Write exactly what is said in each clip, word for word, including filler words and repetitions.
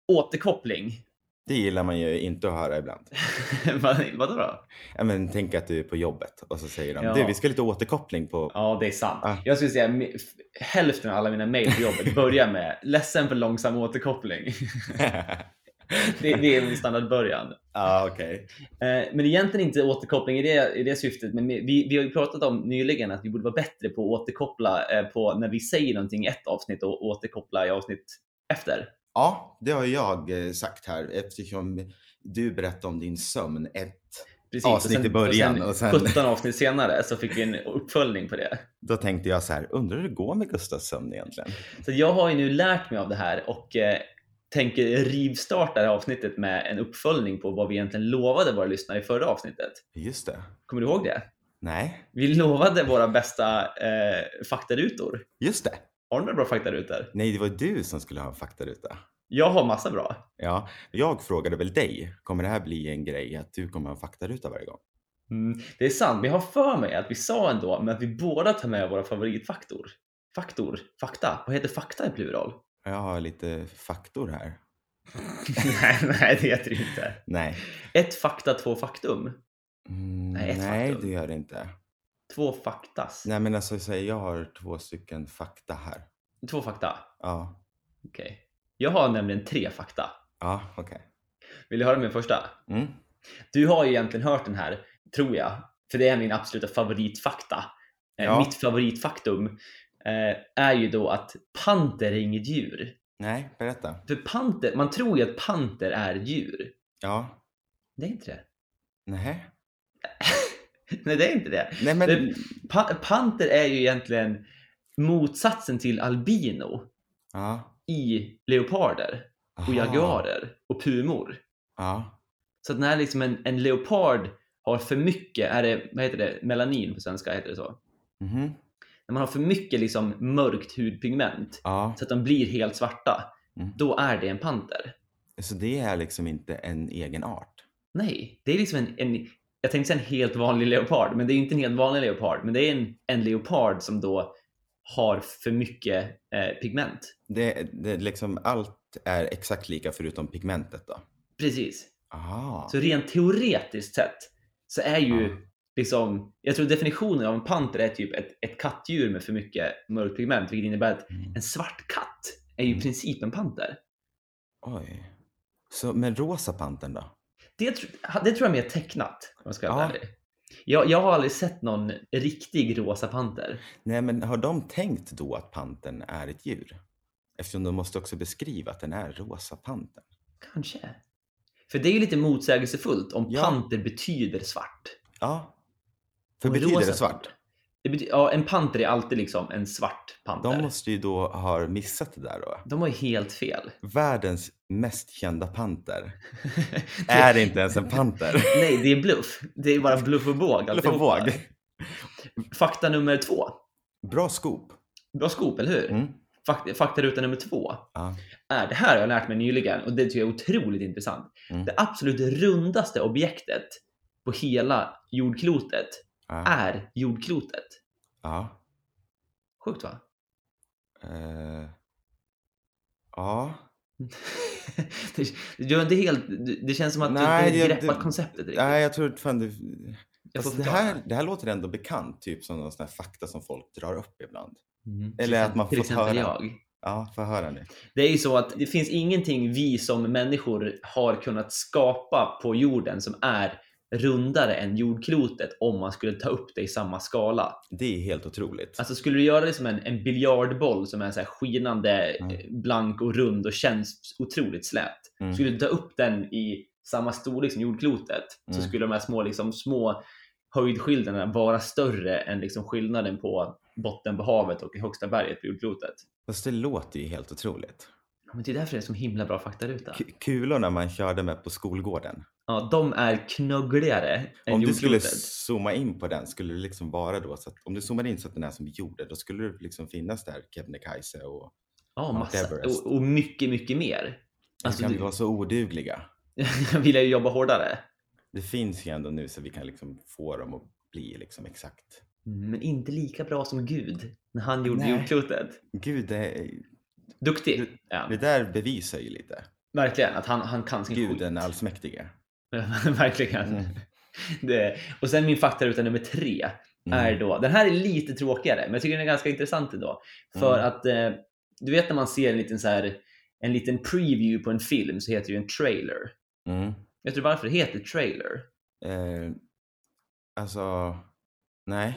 återkoppling. Det gillar man ju inte att höra ibland. Vad, vadå då? Ja, men tänk att du är på jobbet och så säger de, Ja. du, vi ska ha lite återkoppling på... Ja, det är sant. Ah. Jag skulle säga me- f- hälften av alla mina mejl på jobbet börjar med ledsen för långsam återkoppling. det, det är min standardbörjan. Ja, okej. Eh, men egentligen inte återkoppling i det, i det syftet. Men vi, vi har ju pratat om nyligen att vi borde vara bättre på att återkoppla eh, på när vi säger någonting i ett avsnitt och återkoppla i avsnitt efter. Ja, det har jag eh, sagt här eftersom du berättade om din sömn ett Precis, avsnitt och sen, i början. Och Och sen, sen, sjutton avsnitt senare så fick vi en uppföljning på det. Då tänkte jag så här, undrar hur det går med Gustavs sömn egentligen? Så jag har ju nu lärt mig av det här och eh, tänker rivstarta det här avsnittet med en uppföljning på vad vi egentligen lovade våra lyssnare i förra avsnittet. Just det. Kommer du ihåg det? Nej. Vi lovade våra bästa eh, faktarutor. Just det. Har du några bra faktarutor? Nej, det var du som skulle ha en faktaruta. Jag har massa bra. Ja, jag frågade väl dig, kommer det här bli en grej att du kommer ha en faktaruta varje gång? Mm, det är sant, men jag har för mig att vi sa ändå men att vi båda tar med våra favoritfaktor. Faktor, fakta. Vad heter fakta i plural? Jag har lite faktor här. nej, nej, det heter det inte. Nej. Ett fakta, två faktum. Mm, Nej, ett nej, faktum. det gör det inte. Två faktas. Nej, men alltså så jag har två stycken fakta här. Två fakta. Ja. Okej. Okay. Jag har nämligen tre fakta. Ja, okej. Okay. Vill du höra min första? Mm. Du har ju egentligen hört den här, tror jag. För det är min absoluta favoritfakta. Ja. Mitt favoritfaktum eh, är ju då att panter är inget djur. Nej, berätta. För panter, man tror ju att panter är djur. Ja. Det är inte det. Nej. Nej, det är inte det. Nej, men... För pa- panter är ju egentligen motsatsen till albino Ja. i leoparder och Aha. jaguarer och pumor. Ja. Så att när liksom en, en leopard har för mycket, är det, vad heter det, melanin på svenska heter det så? Mhm. När man har för mycket liksom mörkt hudpigment Ja. så att de blir helt svarta, Mm. då är det en panter. Så det är liksom inte en egen art? Nej, det är liksom en, en jag tänkte säga en helt vanlig leopard, men det är inte en helt vanlig leopard, men det är en, en leopard som då har för mycket eh, pigment. Det, det liksom allt är exakt lika förutom pigmentet då? Precis. Aha. Så rent teoretiskt sett så är ju Ah. liksom, jag tror definitionen av en panter är typ ett, ett kattdjur med för mycket mörkt pigment, vilket innebär att Mm. en svart katt är ju i princip en panter. Oj. Så med rosa pantern då? Det, tr- det tror jag är mer tecknat, om jag ska vara Ja. ärlig. Jag, jag har aldrig sett någon riktig rosa panter. Nej, men har de tänkt då att pantern är ett djur? Eftersom de måste också beskriva att den är rosa pantern. Kanske. För det är ju lite motsägelsefullt om Ja. panter betyder svart. Ja. För Och betyder rosa det svart? panter. Det bety- ja, en panter är alltid liksom en svart panter. De måste ju då ha missat det där då. De har ju helt fel. Världens mest kända panter är inte ens en panter. Nej, det är bluff. Det är bara bluff och båg. Eller för alltihopa. våg. Fakta nummer två. Bra scoop. Bra skop, eller hur? Mm. Fakt- faktaruta nummer två. Ja. Är, det här har jag lärt mig nyligen och det tycker jag är otroligt intressant. Mm. Det absolut rundaste objektet på hela jordklotet Ja. är jordklotet. Ja. Sjukt va? Eh. Ja. det, det, det, är helt, det, det känns som att Nej, du det- inte greppat det- konceptet riktigt. Nej, jag tror fan det... Jag får Fast det, förklara. här, det här låter ändå bekant, typ som någon sån här fakta som folk drar upp ibland. Mm. Eller Till att man till får exempel höra. jag. Ja, få höra nu. Det är ju så att det finns ingenting vi som människor har kunnat skapa på jorden som är rundare än jordklotet om man skulle ta upp det i samma skala. Det är helt otroligt. Alltså skulle du göra det som en, en biljardboll som är så här skinande, Mm. eh, blank och rund och känns otroligt slät. Mm. Skulle du ta upp den i samma storlek som jordklotet så Mm. skulle de här små, liksom, små höjdskillnaderna vara större än liksom, skillnaden på botten på havet och i högsta berget på jordklotet. Fast det låter ju helt otroligt. Ja, men det är därför det är så himla bra faktaruta. K- kulorna man körde med på skolgården. Ja, de är knöggligare än Om du skulle jordklotet. zooma in på den skulle det liksom vara då så att om du zoomar in så att den är som jorden, då skulle det liksom finnas där Kebnekaise och Ja, Mount massa. Everest. Och, och mycket, mycket mer. Alltså, Alltså, kan du, vi vara så odugliga? jag vill ju jobba hårdare. Det finns ju ändå nu så vi kan liksom få dem att bli liksom exakt. Men inte lika bra som Gud när han gjorde Nej. jordklotet. Gud, det, Duktig. Ja. det där bevisar ju lite. Verkligen, att han, han kan sin skit. Guden allsmäktige. Verkligen. Mm. Det, och sen min faktaruta nummer tre mm. är då, den här är lite tråkigare, men jag tycker den är ganska intressant idag. För mm. att, eh, du vet när man ser en liten, så här, en liten preview på en film så heter det ju en trailer. Mm. Vet du varför det heter trailer? Eh, alltså, nej.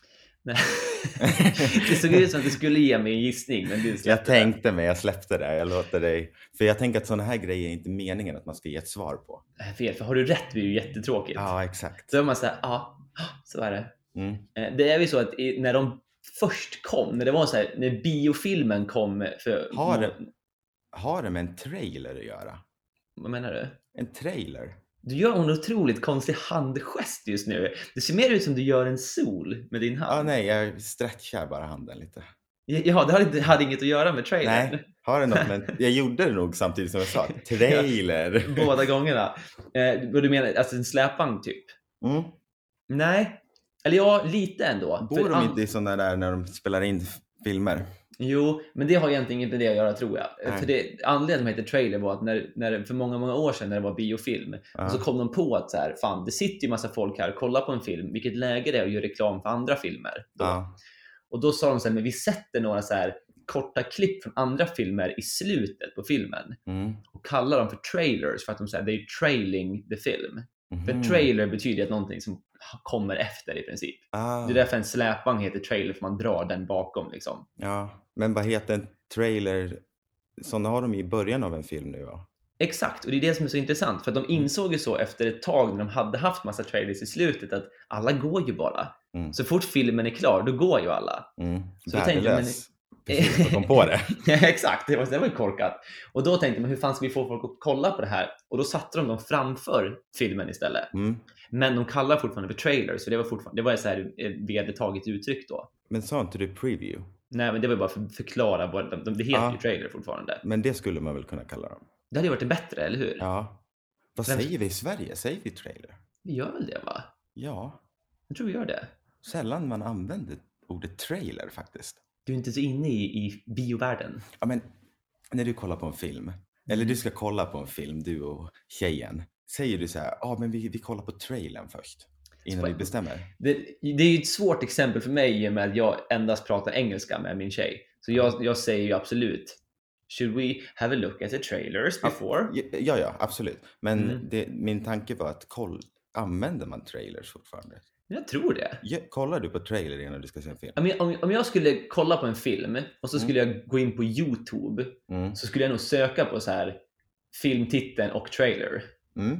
Det såg ut som att du skulle ge mig en gissning, men du jag tänkte det. mig, jag släppte det. Jag låter dig. För jag tänker att sådana här grejer är inte meningen att man ska ge ett svar på. Fel, för har du rätt blir det ju jättetråkigt. Ja, exakt. Så är man säger, ja, så är det. Mm. Det är ju så att när de först kom, när det var så här, när biofilmen kom för... Har det, har det med en trailer att göra? Vad menar du? En trailer? Du gör en otroligt konstig handgest just nu. Det ser mer ut som du gör en sol med din hand. Ja, nej, jag stretchar bara handen lite. Ja, det hade, det hade inget att göra med trailer. Nej, har det något med... Jag gjorde det nog samtidigt som jag sa. Trailer. Ja, båda gångerna. Eh, vad du menar, alltså en släpvagn typ? Mm. Nej, eller ja, lite ändå. Bor de inte i sådana där när de spelar in filmer? Jo, men det har egentligen inget med det att göra, tror jag. Nej. För det, anledningen till att heter trailer var att när, när, för många, många år sedan när det var biofilm, uh-huh. så kom de på att så här, fan, det sitter ju massa folk här och kollar på en film. Vilket läge det är att göra reklam för andra filmer. Då. Uh-huh. Och då sa de så här, men vi sätter några så här korta klipp från andra filmer i slutet på filmen. Mm. Och kallar dem för trailers för att de säger det är trailing the film. Mm. För trailer betyder att någonting som kommer efter i princip. Ah. Det är därför en släpvagn heter trailer, för man drar den bakom liksom. Ja, men vad heter en trailer? Sådana har de i början av en film nu, va? Exakt, och det är det som är så intressant. För att de insåg ju så efter ett tag när de hade haft massa trailers i slutet att alla går ju bara. Mm. Så fort filmen är klar, då går ju alla. Mm. Så då tänkte man, precis, kom på det. Exakt, det var, det var ju korkat. Och då tänkte man, hur fan ska vi få folk att kolla på det här? Och då satte de dem framför filmen istället. Mm. Men de kallar fortfarande för trailer, så det var fortfarande, det var ett så här vedertaget uttryck då. Men sa inte du preview? Nej, men det var bara för att förklara vad de, de, det heter ah. ju trailer fortfarande. Men det skulle man väl kunna kalla dem? Det hade ju varit en bättre, eller hur? Ja. Vad men... säger vi i Sverige? Säger vi trailer? Vi gör väl det, va? Ja. Jag tror vi gör det. Sällan man använder ordet trailer faktiskt. Du är inte så inne i, i biovärlden. Ja, men när du kollar på en film, mm. eller du ska kolla på en film, du och tjejen, säger du så här, ja ah, men vi, vi kollar på trailern först, innan vi bestämmer. Det, det är ju ett svårt exempel för mig med att jag endast pratar engelska med min tjej. Så jag, jag säger ju absolut, should we have a look at the trailers before? Ja, ja, ja absolut. Men mm. det, min tanke var att koll, använder man trailers fortfarande? Jag tror det. Ja, kollar du på trailer innan du ska se en film? Om jag, om jag skulle kolla på en film och så skulle mm. jag gå in på YouTube, mm. så skulle jag nog söka på så här filmtiteln och trailer. Mm.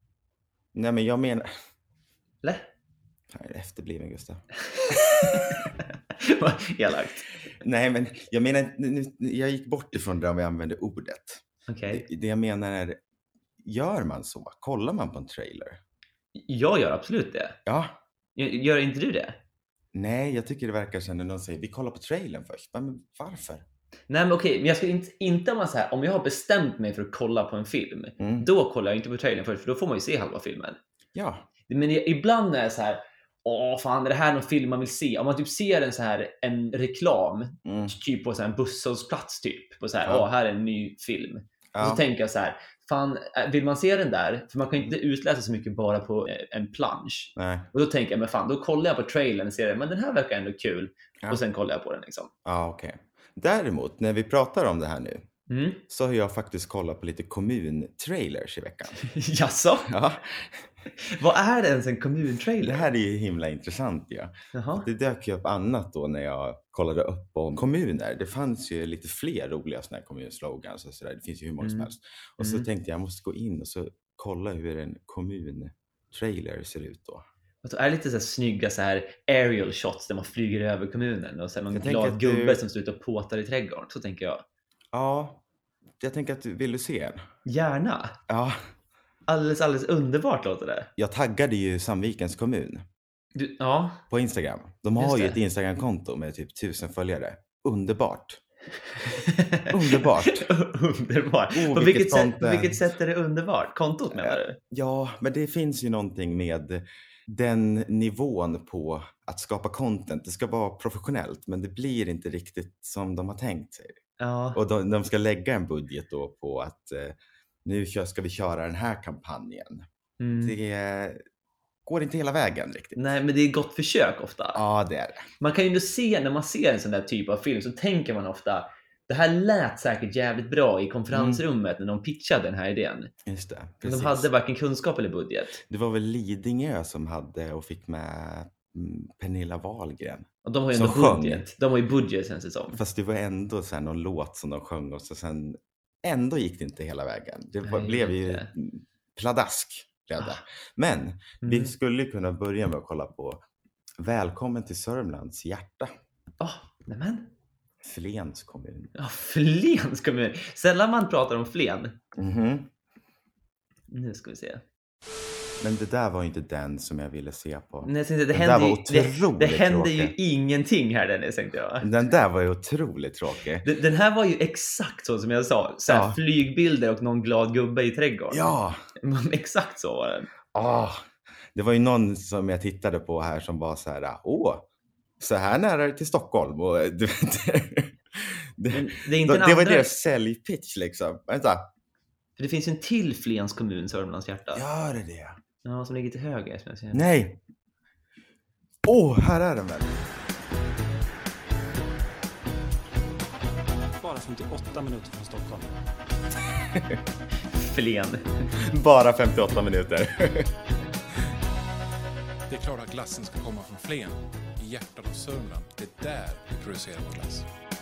Nej, men jag menar... Eller? Jag är efterbliven, Gustav. Vad elakt. Nej, men jag menar... Jag gick bort ifrån det om jag använde ordet. Okay. Det, det jag menar är... Gör man så? Kollar man på en trailer? Jag gör absolut det. Ja. Gör inte du det? Nej, jag tycker det verkar som när någon säger vi kollar på trailern först. Men varför? Nej, men okej, men jag ska inte, inte om, så här, om jag har bestämt mig för att kolla på en film, mm. då kollar jag inte på trailern först, för då får man ju se halva filmen. Ja. Men ibland är det så här, åh fan, är det här någon film man vill se? Om man typ ser en så här, en reklam, mm. typ på så här en busshållplats typ, på så här, ja. åh, här är en ny film. Ja. Och så tänker jag så här, fan, vill man se den där? För man kan inte utläsa så mycket bara på en plansch. Nej. Och då tänker jag, men fan, då kollar jag på trailern och ser det, men den här verkar ändå kul. Ja. Och sen kollar jag på den liksom. Ja, okej. Okay. Däremot, när vi pratar om det här nu, mm. så har jag faktiskt kollat på lite kommuntrailers i veckan. Jaså? Ja. Vad är det ens en kommuntrailer? Det här är ju himla intressant, ja. Jaha. Det dök ju upp annat då när jag kollade upp om kommuner. Det fanns ju lite fler roliga såna här kommunslogans och sådär. Det finns ju hur många mm. som helst. Och så mm. tänkte jag, jag måste gå in och så kolla hur en kommuntrailer ser ut då. Och så är det lite så här snygga så här aerial shots där man flyger över kommunen och så någon jag glad gubbe du... som står ute och påtar i trädgården. Så tänker jag. Ja, jag tänker att du vill du se en? Gärna. Ja. Alldeles, alldeles underbart låter det. Jag taggade ju Sandvikens kommun. Du, ja. På Instagram. De har ju ett Instagram-konto med typ tusen följare. Underbart. Underbart. Underbart. Oh, på vilket, vilket, sätt, vilket sätt är det underbart? Kontot menar du? Ja, men det finns ju någonting med den nivån på att skapa content. Det ska vara professionellt, men det blir inte riktigt som de har tänkt sig. Ja. Och de, de ska lägga en budget då på att eh, nu ska vi köra den här kampanjen. Mm. Det går inte hela vägen riktigt. Nej, men det är ett gott försök ofta. Ja, det är det. Man kan ju ändå se, när man ser en sån där typ av film så tänker man ofta, det här lät säkert jävligt bra i konferensrummet mm. när de pitchade den här idén. Just det, men de hade varken kunskap eller budget. Det var väl Lidingö som hade och fick med Pernilla Wahlgren. Och de har ju ändå budget. De har ju budget sen säsong. Fast det var ändå så här någon låt som de sjöng och så sen ändå gick det inte hela vägen. Det var, Nej, blev ju inte. pladask. Ah. Men mm. vi skulle kunna börja med att kolla på Välkommen till Sörmlands hjärta. Ja, oh, nämen. Flens kommun. Ja, Flens kommun. Sällan man pratar om Flen. Mhm. Nu ska vi se. Men det där var inte den som jag ville se på. Nej, det, det, hände, var det, det hände ju ingenting här, den tänkte jag. Den där var ju otroligt tråkig. Den, den här var ju exakt så som jag sa. Så här, ja. Flygbilder och någon glad gubbe i trädgården. Ja. Exakt så var den. Ah, det var ju någon som jag tittade på här som var så här, åh, så här nära till Stockholm. Och, det, det, Men det, är inte det, andra... det var deras säljpitch liksom. Vänta. För det finns ju en till Flens kommun, Sörmlands hjärta. Gör det det? Ja, som ligger till höger. Som jag ser. Nej. Åh, oh, här är den väl. Bara femtioåtta minuter från Stockholm. Flen. Bara femtioåtta minuter. Det är klart att glassen ska komma från Flen, i hjärtat av Sörmland. Det är där vi producerar vår glass.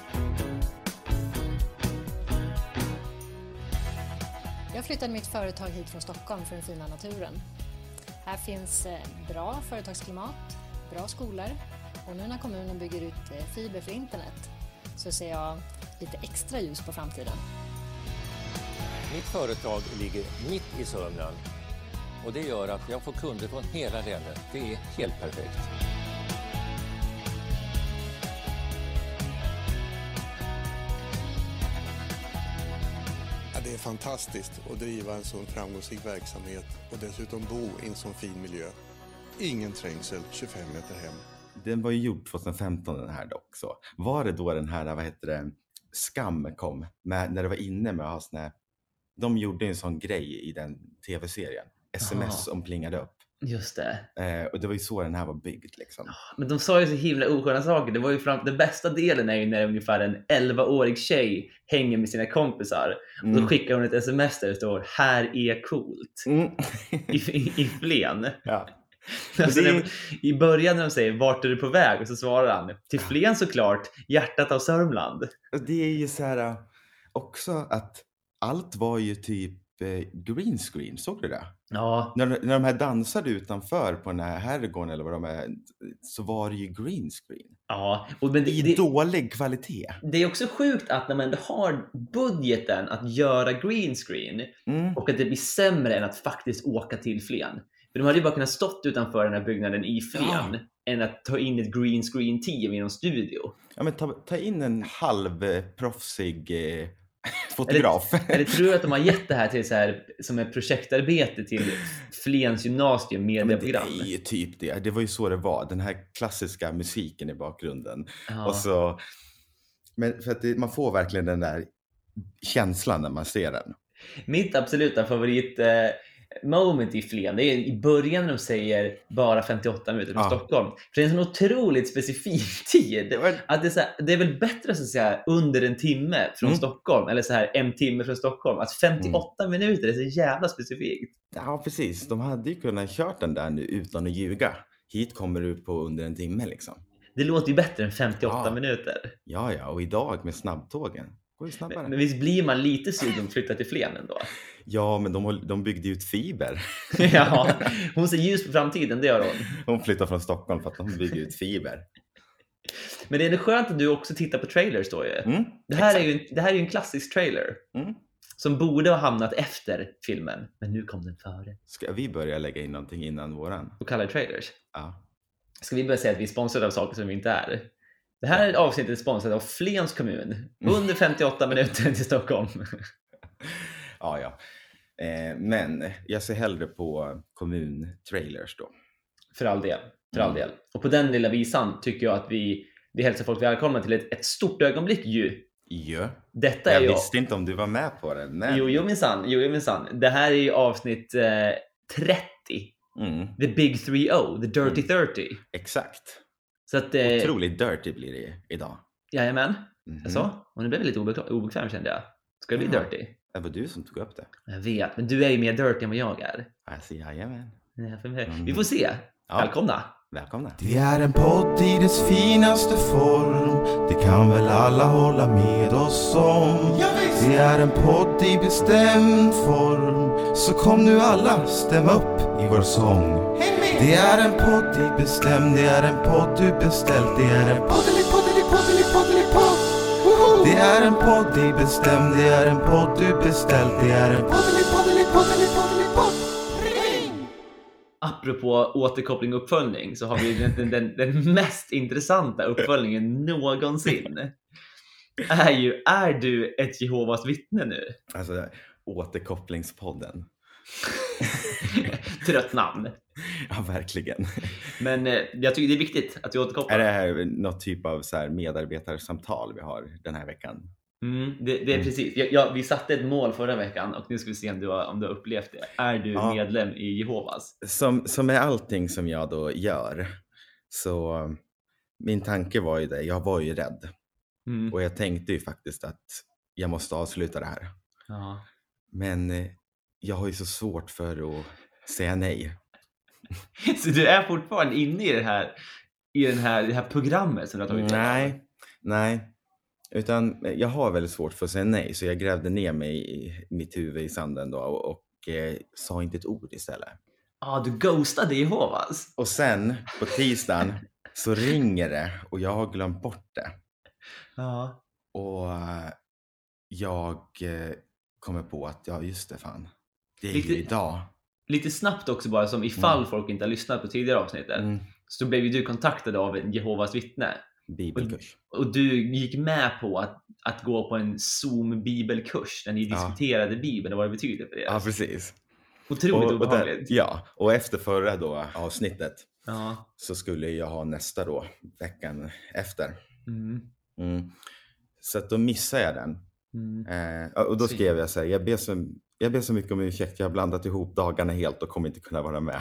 Jag flyttade mitt företag hit från Stockholm för den fina naturen. Här finns bra företagsklimat, bra skolor och nu när kommunen bygger ut fiber för internet så ser jag lite extra ljus på framtiden. Mitt företag ligger mitt i Sörmland och det gör att jag får kunder från hela länet. Det är helt perfekt. Det är fantastiskt att driva en sån framgångsrik verksamhet och dessutom bo i en sån fin miljö. Ingen trängsel, tjugofem meter hem. Den var ju gjord tjugohundrafemton den här dock. Så. Var det då den här, vad heter det, Skam kom? Med, när det var inne med att ha såna här, de gjorde en sån grej i den tv-serien. Sms som plingade upp. Just det. Eh, och det var ju så den här var byggd liksom. Men de sa ju så himla osköna saker. Det var ju fram... Den bästa delen är ju när ungefär en elva-årig tjej hänger med sina kompisar. Mm. Och då skickar hon ett sms där det står här är coolt. Mm. I, i, I Flen. Ja. Alltså, det... när, i början när de säger vart är du på väg och så svarar han till Flen såklart, hjärtat av Sörmland. Det är ju så här också att allt var ju typ green screen, såg du det? Ja. När, när de här dansade utanför på den här herrgården eller vad de är, så var det ju green screen. Ja. Och men det, I det, dålig kvalitet. Det är också sjukt att när man ändå har budgeten att göra green screen mm. och att det blir sämre än att faktiskt åka till Flen. För de hade ju bara kunnat stått utanför den här byggnaden i Flen ja. än att ta in ett green screen team i någon studio. Ja, men ta, ta in en halvproffsig eh, fotograf. Eller, eller tror du att de har gett det här till så här, som ett projektarbete till Flens gymnasium medieprogram? Ja, det är ju typ det. Det var ju så det var. Den här klassiska musiken i bakgrunden. Ja. Och så, men för att det, man får verkligen den där känslan när man ser den. Mitt absoluta favorit eh, moment i Flen, det är i början när de säger bara femtioåtta minuter från ja. Stockholm. För det är en sån otroligt specifik tid. Det, var... att det, är så här, det är väl bättre så att säga under en timme från mm. Stockholm. Eller så här en timme från Stockholm. Att femtioåtta mm. minuter är så jävla specifikt. Ja, precis. De hade ju kunnat kört den där nu utan att ljuga. Hit kommer du på under en timme liksom. Det låter ju bättre än femtioåtta ja. minuter. Ja, ja. Och idag med snabbtågen. Men, men visst blir man lite sugen att flytta till Flen ändå? Ja, men de, de byggde ut fiber. Ja, hon ser ljus på framtiden, det gör hon. Hon flyttar från Stockholm för att de bygger ut fiber. Men det är skönt att du också tittar på trailers då ju. Mm, det, här är ju en, det här är ju en klassisk trailer. Mm. Som borde ha hamnat efter filmen. Men nu kom den före. Ska vi börja lägga in någonting innan våran? Och kalla det trailers? Ja. Ska vi börja säga att vi är sponsrade av saker som vi inte är? Det här är avsnittet sponsrat av Flens kommun. Under femtioåtta minuter till Stockholm. Ja, ja. Eh, men jag ser hellre på kommuntrailers då. För all del. För all del. Och på den lilla visan tycker jag att vi, vi hälsar folk välkomna till ett, ett stort ögonblick ju Ja. Detta Jag är ju... visste inte om du var med på det. Men... Jo, jo minsann, jo minsann. Det här är ju avsnitt eh, trettio. Mm. The Big three oh, The Dirty Mm. trettio. Exakt. Så att, eh, Otroligt dirty blir det idag. Jajamän. Mm. Alltså, och nu blev jag lite obekväm, obekväm kände jag. Ska det bli Ja. dirty? Det var du som tog upp det. Jag vet, men du är ju mer dirty än vad jag är. Alltså, jajamän. Ja, för mig. Mm. Vi får se. Ja. Välkomna. Välkomna. Det är en podd i dess finaste form. Det kan väl alla hålla med oss om. Det är en podd i bestämd form. Så kom nu alla, stäm upp i vår sång. Det är en podd i bestämd. Det är en podd du beställt. Det är en poddeli, poddeli, poddeli, poddeli, podd. Woho! Det är en podd i bestämd. Det är en podd du beställt. Det är en poddeli, poddeli, poddeli, poddeli, podd. Apropå återkoppling och uppföljning så har vi den, den, den mest intressanta uppföljningen någonsin. Är ju, är du ett Jehovas vittne nu? Alltså, återkopplingspodden. Trött namn. Ja, verkligen. Men eh, jag tycker det är viktigt att vi återkopplar. Är det här något typ av så här medarbetarsamtal vi har den här veckan? Mm, det, det är precis. Jag, jag, vi satte ett mål förra veckan och nu ska vi se om du har, om du har upplevt det. Är du Ja. medlem i Jehovas? Som, som med allting som jag då gör, så min tanke var ju det, jag var ju rädd. Mm. Och jag tänkte ju faktiskt att jag måste avsluta det här. Ja. Men eh, jag har ju så svårt för att säga nej. Så du är fortfarande inne i det här, i den här, det här programmet som du har tagit del av? Nej, nej. Utan jag har väldigt svårt för att säga nej. Så jag grävde ner mig i mitt huvud i sanden då och, och eh, sa inte ett ord istället. Ja, ah, du ghostade Jehovas. Och sen på tisdagen så ringer det och jag har glömt bort det. Ja. Och eh, jag eh, kommer på att, ja just det fan. Det är Lite- ju idag. Lite snabbt också bara, som ifall Mm. folk inte har lyssnat på tidigare avsnittet. Mm. Så blev ju du kontaktad av en Jehovas vittne. Bibelkurs. Och du gick med på att, att gå på en Zoom-bibelkurs där ni Ja. diskuterade Bibeln och vad det betyder för er. Ja, precis. Otroligt och, och där, obehagligt. ja, och efter förra då avsnittet Ja. så skulle jag ha nästa då veckan efter. Mm. Mm. Så att då missade jag den. Mm. Eh, och då Synd. skrev jag så här, jag ber så, jag ber så mycket om ursäkt, jag har blandat ihop dagarna helt och kommer inte kunna vara med.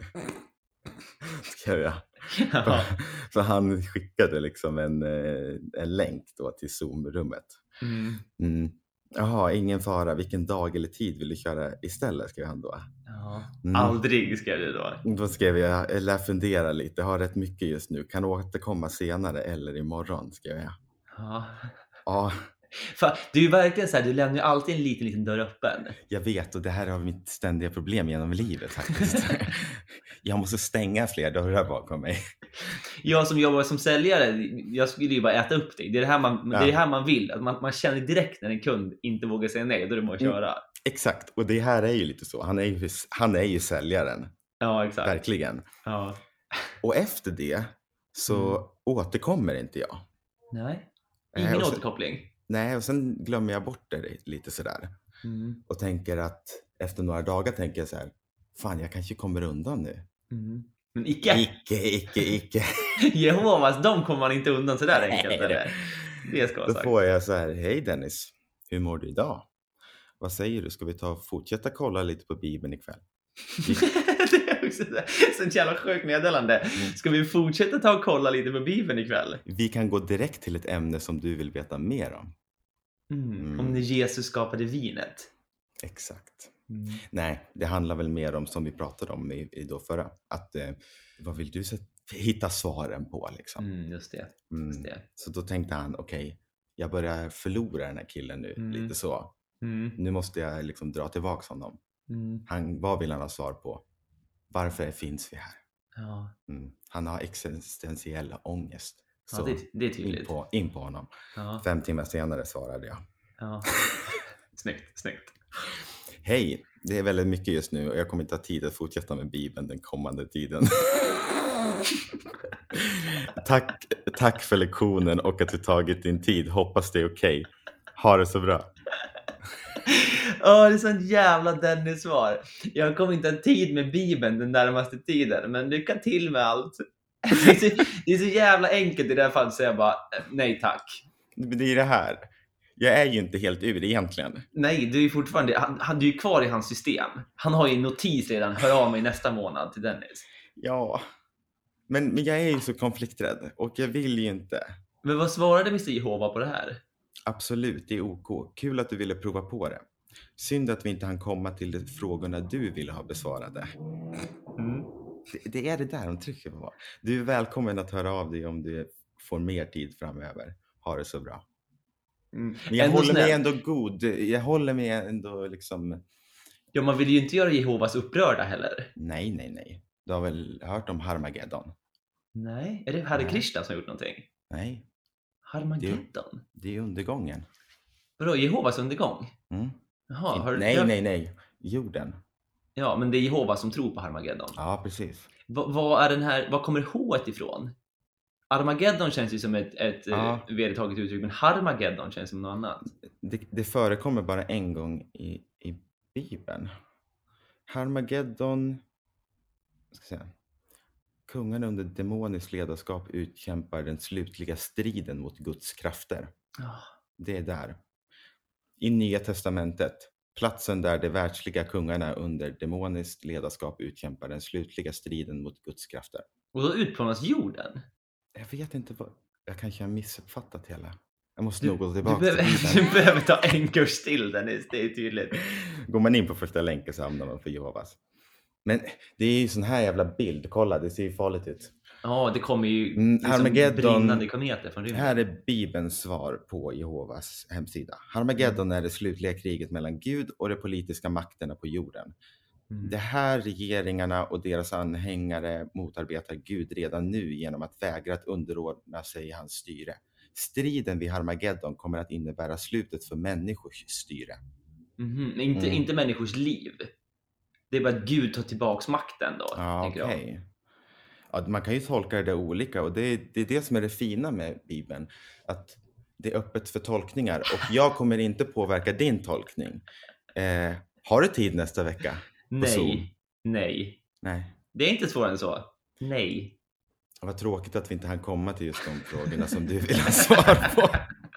Skrev jag. Ja. Så han skickade liksom en, eh, en länk då till Zoom-rummet. Mm. Mm. Jaha, ingen fara, vilken dag eller tid vill du köra istället, skrev han då. Ja. Mm. Aldrig skrev du då. Då skrev jag, jag lär fundera lite, jag har rätt mycket just nu, kan återkomma senare eller imorgon, skrev jag. Ja. Ja, Fan, du är ju verkligen så här, du lämnar ju alltid en liten, liten dörr öppen. jag vet och det här har mitt ständiga problem genom livet faktiskt. Jag måste stänga fler dörrar bakom mig. Jag som jobbar som säljare, jag skulle ju bara äta upp dig. Det är det här man, Ja. det är det här man vill. Att man, man känner direkt när en kund inte vågar säga nej, då är det bara att Mm. köra. Exakt, och det här är ju lite så, han är ju, han är ju säljaren, Ja, exakt. verkligen. Ja. Och efter det så Mm. återkommer inte jag. Nej, Eh, ingen och sen- återkoppling. Nej, och sen glömmer jag bort det lite sådär. Mm. Och tänker att efter några dagar tänker jag så här, fan jag kanske kommer undan nu. Mm. Men icke. Icke, icke, icke. Jehovas, de kommer man inte undan sådär enkelt. Nej. Eller? Det ska vara Då sagt. får jag så här, hej Dennis, hur mår du idag? Vad säger du, ska vi ta och fortsätta kolla lite på Bibeln ikväll? Det är också så ett jävla sjukt meddelande. Mm. Ska vi fortsätta ta och kolla lite på Bibeln ikväll? Vi kan gå direkt till ett ämne som du vill veta mer om. Mm. Mm. Om när Jesus skapade vinet. Exakt. Mm. Nej, det handlar väl mer om som vi pratade om i, i då förra. Att eh, vad vill du så, hitta svaren på liksom. Mm, just det. Mm. Just det. Så då tänkte han, okej, jag börjar förlora den här killen nu, Mm. lite så. Mm. Nu måste jag liksom dra tillbaka honom. Mm. Han, vad vill han ha svar på? Varför finns vi här? Ja, Mm. Han har existentiell ångest. ja Så det, det är in, tydligt. på, in på honom. Ja, Fem timmar senare svarade jag. ja. Snyggt, snyggt. Hej, det är väldigt mycket just nu och jag kommer inte ha tid att fortsätta med Bibeln den kommande tiden. tack, tack för lektionen och att du tagit din tid. Hoppas det är okej. Ha det så bra. Åh, det är sånt jävla Dennis-svar. Jag kommer inte ha tid med Bibeln den närmaste tiden, men lycka till med allt. Det är så, det är så jävla enkelt i det här fallet att säga bara nej tack. Det är det här. Jag är ju inte helt ur egentligen. Nej, du är fortfarande, han, han, du är kvar i hans system. Han har ju en notis redan, hör av mig nästa månad till Dennis. Ja, men, men jag är ju så konflikträdd och jag vill ju inte. Men vad svarade mister Jehova på det här? Absolut, det är OK. Kul att du ville prova på det. Synd att vi inte hann komma till de frågorna du ville ha besvarade. Mm. Det, det är det där de trycker på. Du är välkommen att höra av dig om du får mer tid framöver. Ha det så bra. Mm. Men jag Ändå håller mig snäll. ändå god. Jag håller mig ändå liksom... Ja, man vill ju inte göra Jehovas upprörda heller. Nej, nej, nej. Du har väl hört om Harmageddon? Nej, är det Hare Nej. Krishna som har gjort någonting? Nej, Harmageddon? det är undergången. Vadå, Jehovas undergång? Mm. Jaha, har du... Nej, jag... nej, nej. Jorden. Ja, men det är Jehova som tror på Harmageddon. Ja, precis. Va, vad är den här, vad kommer H-et ifrån? Armageddon känns ju som ett, ett Ja. eh, vedertaget uttryck, men Harmageddon känns som något annat. Det, det förekommer bara en gång i, i Bibeln. Harmageddon... Ska säga. Kungarna under demoniskt ledarskap utkämpar den slutliga striden mot Guds krafter. Oh. Det är där. I Nya testamentet. Platsen där de världsliga kungarna under demoniskt ledarskap utkämpar den slutliga striden mot Guds krafter. Och då utplånas jorden. Jag vet inte vad... Jag kanske har missuppfattat hela. Jag måste Du, nog gå du, tillbaka behöver, till Bibeln. du behöver ta en kurs till, Dennis, det är tydligt. Går man in på första länken så hamnar man för Jehovas. Men det är ju sån här jävla bild. Kolla, det ser ju farligt ut. Ja, det kommer ju Mm, liksom Harmageddon- brinnande kometer från rymden. Här är Bibelns svar på Jehovas hemsida. Harmageddon är det slutliga kriget mellan Gud och de politiska makterna på jorden. Mm. Det här regeringarna och deras anhängare motarbetar Gud redan nu genom att vägra att underordna sig hans styre. Striden vid Harmageddon kommer att innebära slutet för människors styre. Mhm, inte, Mm. inte människors liv. Det är bara att Gud tar tillbaks makten då, Ja, tänker jag. okej. Ja, man kan ju tolka det olika och det är, det är det som är det fina med Bibeln. Att det är öppet för tolkningar och jag kommer inte påverka din tolkning. Eh, har du tid nästa vecka? Zoom? Nej, nej. Nej. Det är inte svårare än så. Nej. Vad tråkigt att vi inte hann komma till just de frågorna som du vill ha svar på.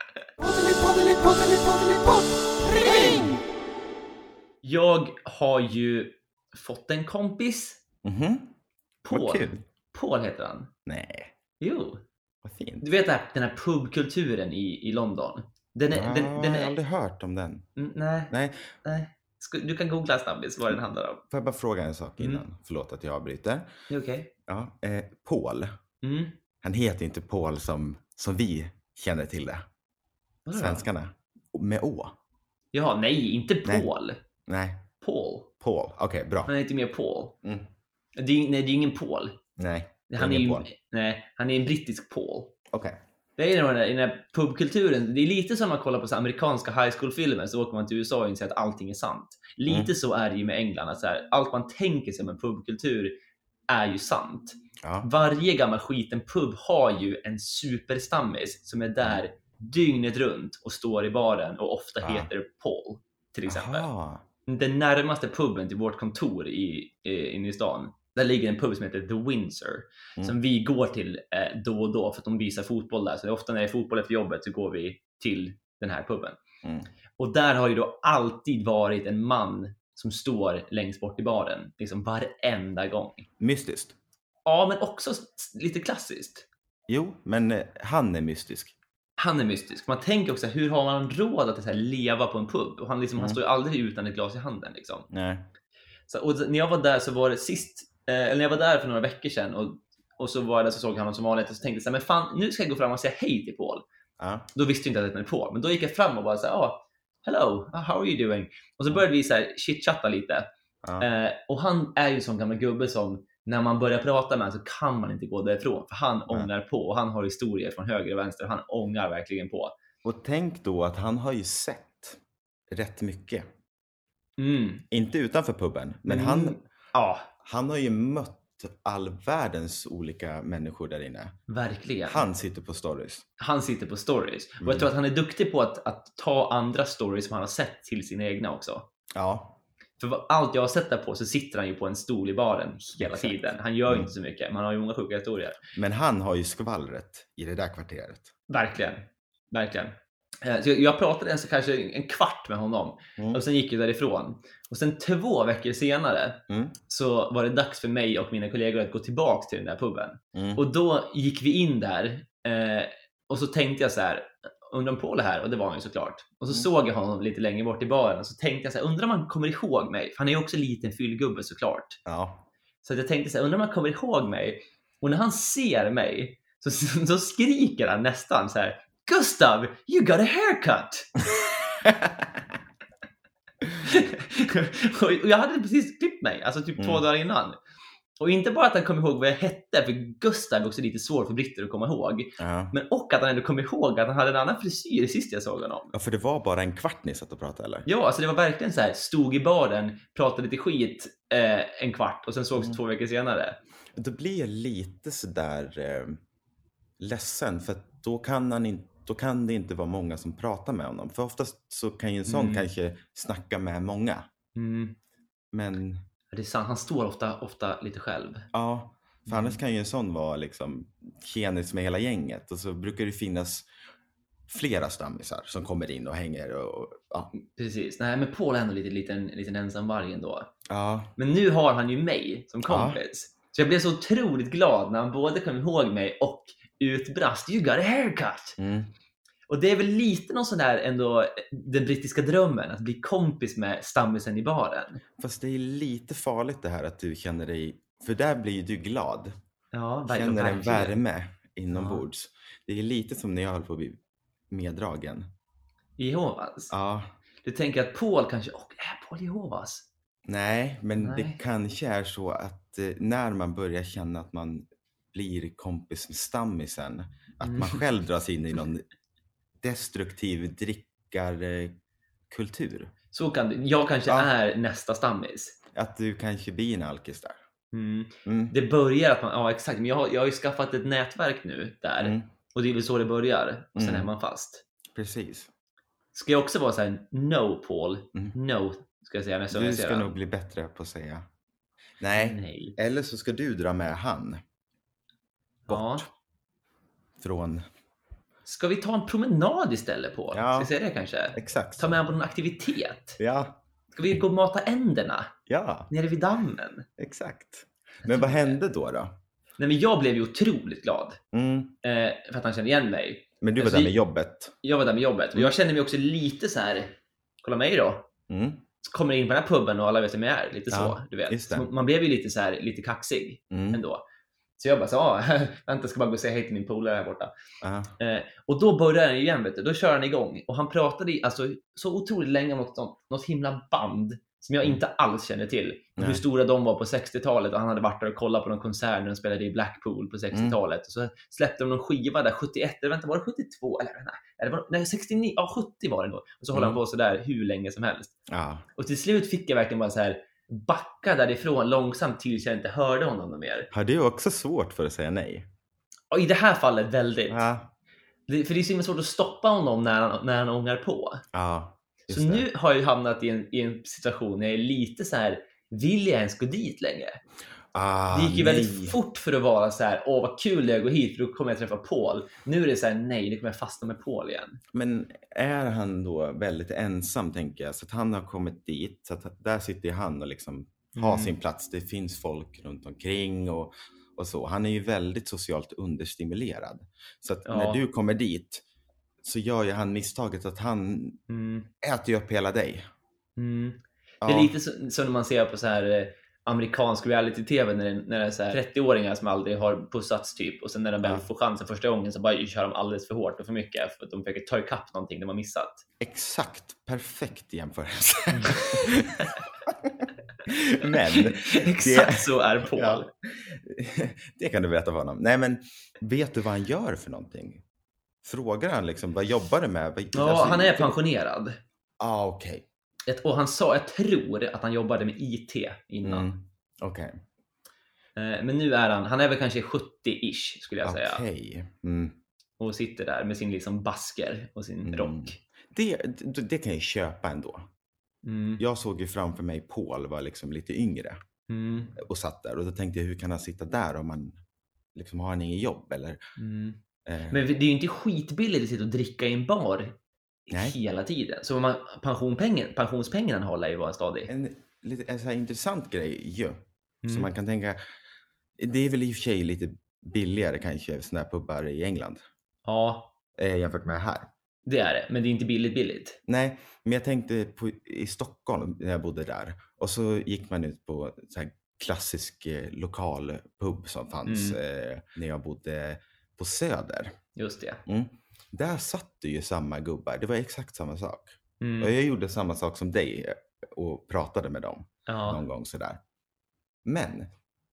Jag har ju fått en kompis. Mhm. Vad Paul. kul. Paul heter han. Nej, Jo. vad fint. Du vet det här, den här pubkulturen i, i London. Den är, Ja, den, den jag har är, aldrig hört om den. Mm, nej, Nej, nej. Ska- Du kan googla snabbis vad den handlar om. får jag bara fråga en sak innan? Mm. Förlåt att jag avbryter. Det är okej. Ja, eh, Paul. Mm. Han heter inte Paul som, som vi känner till det. Vadå då? Svenskarna. Med Å. Jaha, nej, inte Paul. Nej, Paul. Paul. Okej, bra. Han är inte mer Paul. Mm. Det är, nej, det är ingen Paul. Nej, det är Han är, ingen ju, Paul. nej, han är en brittisk Paul. Okej. Det är den här, den här pubkulturen. Det är lite som att man kollar på så amerikanska high school-filmer, så åker man till U S A och inser att allting är sant. Lite Mm. så är det ju med England. Att så här, allt man tänker sig om en pubkultur är ju sant. Ja. Varje gammal skiten pub har ju en superstammis som är där dygnet runt och står i baren och ofta Ja. heter Paul, till exempel. Aha. Den närmaste puben till vårt kontor i, i, inne i stan, där ligger en pub som heter The Windsor, Mm. som vi går till eh, då och då för att de visar fotboll där. Så det är ofta när det är fotboll efter jobbet så går vi till den här puben. Mm. Och där har ju då alltid varit en man som står längst bort i baren, liksom varenda gång. Mystiskt. Ja, men också s- lite klassiskt. Jo, men eh, han är mystisk. Han är mystisk. Man tänker också, hur har man råd att så här, leva på en pub? Och han, liksom, Mm. han står ju aldrig utan ett glas i handen. Liksom. Nej. Så, och när jag var där så var det sist, eh, eller när jag var där för några veckor sedan och, och så var jag där så såg han honom som vanligt och så tänkte jag så här, men fan, nu ska jag gå fram och säga hej till Paul. Ja. Då visste jag inte att det var Paul, men då gick jag fram och bara så här, oh, hello, how are you doing? Och så började vi så här chitchatta lite. Ja. Eh, och han är ju en sån gammal gubbe som när man börjar prata med honom så kan man inte gå därifrån, för han Nej. ångar på och han har historier från höger och vänster och han ångar verkligen på. Och tänk då att han har ju sett rätt mycket. Mm. Inte utanför puben, men Mm. han, Ja, han har ju mött all världens olika människor där inne. verkligen. Han sitter på stories. Han sitter på stories. Och Mm. jag tror att han är duktig på att, att ta andra stories som han har sett till sina egna också. Ja. För vad- allt jag har sett där på så sitter han ju på en stol i baren hela Exakt. tiden. Han gör ju Mm. inte så mycket, men han har ju många sjuka historier. Men han har ju skvallret i det där kvarteret. Verkligen. Verkligen. Så jag, jag pratade ens kanske en kvart med honom. Mm. Och sen gick jag därifrån. Och sen två veckor senare mm. så var det dags för mig och mina kollegor att gå tillbaka till den där puben. Mm. Och då gick vi in där. Eh, och så tänkte jag så här, undrar om Paul är här? Och det var han ju såklart. Och så mm. såg jag honom lite längre bort i baren. Och så tänkte jag så här, undrar om han kommer ihåg mig? För han är ju också en liten fyllgubbe såklart. Ja. Så jag tänkte så här, undrar om han kommer ihåg mig? Och när han ser mig så, så, så skriker han nästan så här, Gustav, you got a haircut! Och jag hade precis klippt mig, alltså typ mm. två dagar innan. Och inte bara att han kom ihåg vad jag hette, för Gustav är också lite svår för britter att komma ihåg. Uh-huh. Men och att han ändå kom ihåg att han hade en annan frisyr sist jag såg honom. Ja, för det var bara en kvart ni satt och pratade, eller? Ja, alltså det var verkligen så här, stod i baren, pratade lite skit eh, en kvart och sen sågs mm. två veckor senare. Då blir jag lite sådär eh, ledsen, för då kan han inte Då kan det inte vara många som pratar med honom. För oftast så kan ju en sån mm. kanske snacka med många. Mm. Men... Det är sant, han står ofta, ofta lite själv. Ja, för annars mm. kan ju en sån vara liksom tjenis med hela gänget. Och så brukar det finnas flera stammisar som kommer in och hänger. Och, ja. Precis, nej men Paul är ändå lite liten, liten ensam varg ändå. Ja. Men nu har han ju mig som kompis. Ja. Så jag blev så otroligt glad när han både kom ihåg mig och utbrast, you got a haircut. Mm. Och det är väl lite någon sån där ändå den brittiska drömmen att bli kompis med stammisen i baren. Fast det är lite farligt det här att du känner dig, för där blir du glad. Ja, känner en värme inombords. Ja. Det är lite som när jag höll på att bli meddragen. I Jehovas? Ja. Du tänker att Paul kanske, åh, är Paul Jehovas? Nej, men Nej. det kanske är så att eh, när man börjar känna att man blir kompis med stammisen, att mm. man själv dras in i någon destruktiv drickarkultur. Så kan du, jag kanske ja. är nästa stammis. Att du kanske blir en alkis där. Mm. Mm. Det börjar att man, ja exakt, men jag har, jag har ju skaffat ett nätverk nu där. Mm. Och det är väl så det börjar. Och sen mm. är man fast. Precis. Ska jag också vara så här, no Paul, mm. no, ska jag säga. När jag du ska nog bli bättre på att säga. Nej. Nej, eller så ska du dra med han. Bort. Ja. Från... Ska vi ta en promenad istället på? Ja, ska jag säga det kanske? Exakt. Ta med på någon aktivitet? Ja. Ska vi gå och mata änderna? Ja. Nere vid dammen? Exakt. Men vad hände då då? Nej, men jag blev ju otroligt glad. Mm. Eh, för att han kände igen mig. Men du var alltså, där med jobbet? Jag var där med jobbet. Och jag kände mig också lite så här, kolla mig då. Mm. Så kommer in på den här puben och alla vet vem jag är. Lite ja, så, du vet. Så man blev ju lite så här, lite kaxig mm. ändå. Så jag bara så, ah, vänta, ska bara gå och säga hej till min polare här borta. Uh-huh. Eh, och då började han igen, vet du. Då kör han igång. Och han pratade alltså, så otroligt länge om något, något himla band som jag inte alls känner till. Och hur stora de var på sextiotalet. Och han hade varit där och kollat på någon konsert när de spelade i Blackpool på sextiotalet. Mm. Och så släppte de någon skiva där, sjuttioett, eller vänta, var det sjuttiotvå? Eller nej, det var, nej sextionio, ja sjuttio var det nog. Och så mm. håller han på så där hur länge som helst. Uh-huh. Och till slut fick jag verkligen bara så här backa därifrån långsamt tills jag inte hörde honom mer. Har du också svårt för att säga nej? Och i det här fallet väldigt. Ja. Det, för det är så svårt att stoppa honom när han, när han ångar på. Ja, så det. Nu har jag hamnat i en, i en situation när jag är lite så här, vill jag ens gå dit längre? Ah, det gick ju nej. väldigt fort för att vara så här, åh vad kul jag går hit för då kommer jag träffa Paul. Nu är det så här, nej, nu kommer jag fastna med Paul igen. Men är han då väldigt ensam, tänker jag, så att han har kommit dit, så att där sitter han och liksom har mm. sin plats. Det finns folk runt omkring och, och så. Han är ju väldigt socialt understimulerad. Så att ja. när du kommer dit så gör ju han misstaget att han mm. äter upp hela dig. Mm. Ja. Det är lite så, så när man ser på så här amerikansk reality-tv när det, när det är så här trettio-åringar som aldrig har pussats typ, och sen när de väl får chansen första gången så bara kör de alldeles för hårt och för mycket för att de försöker ta ikapp någonting de har missat. Exakt, perfekt jämförelse. Men exakt det, så är Paul. Ja, det kan du berätta för honom. Nej, men vet du vad han gör för någonting? Frågar han liksom, vad jobbar du med? Vad, ja, alltså, han är pensionerad. Ah, okej. Okay. Och han sa, jag tror att han jobbade med I T innan. Mm. Okej. Okay. Men nu är han, han är väl kanske sjuttio-ish skulle jag okay. säga. Okej. Mm. Och sitter där med sin liksom basker och sin mm. rock. Det, det, det kan jag köpa ändå. Mm. Jag såg ju framför mig Paul var liksom lite yngre. Mm. Och satt där. Och då tänkte jag, hur kan han sitta där om man liksom har han ingen jobb eller... Mm. Men det är ju inte skitbilligt att sitta och dricka i en bar Nej. hela tiden. Så man, pensionpengen, pensionspengen håller ju vara stadig. En, lite, en så här intressant grej ju. Mm. Så man kan tänka, det är väl i och för sig lite billigare kanske sådana här pubbar i England. Ja, Eh, jämfört med här. det är det. Men det är inte billigt billigt. Nej, men jag tänkte på i Stockholm när jag bodde där. Och så gick man ut på så här klassisk eh, lokal pub som fanns Mm. eh, när jag bodde på Söder. Just det. Mm. Där satt det ju samma gubbar. Det var exakt samma sak. Mm. Och jag gjorde samma sak som dig och pratade med dem Ja. någon gång sådär. Men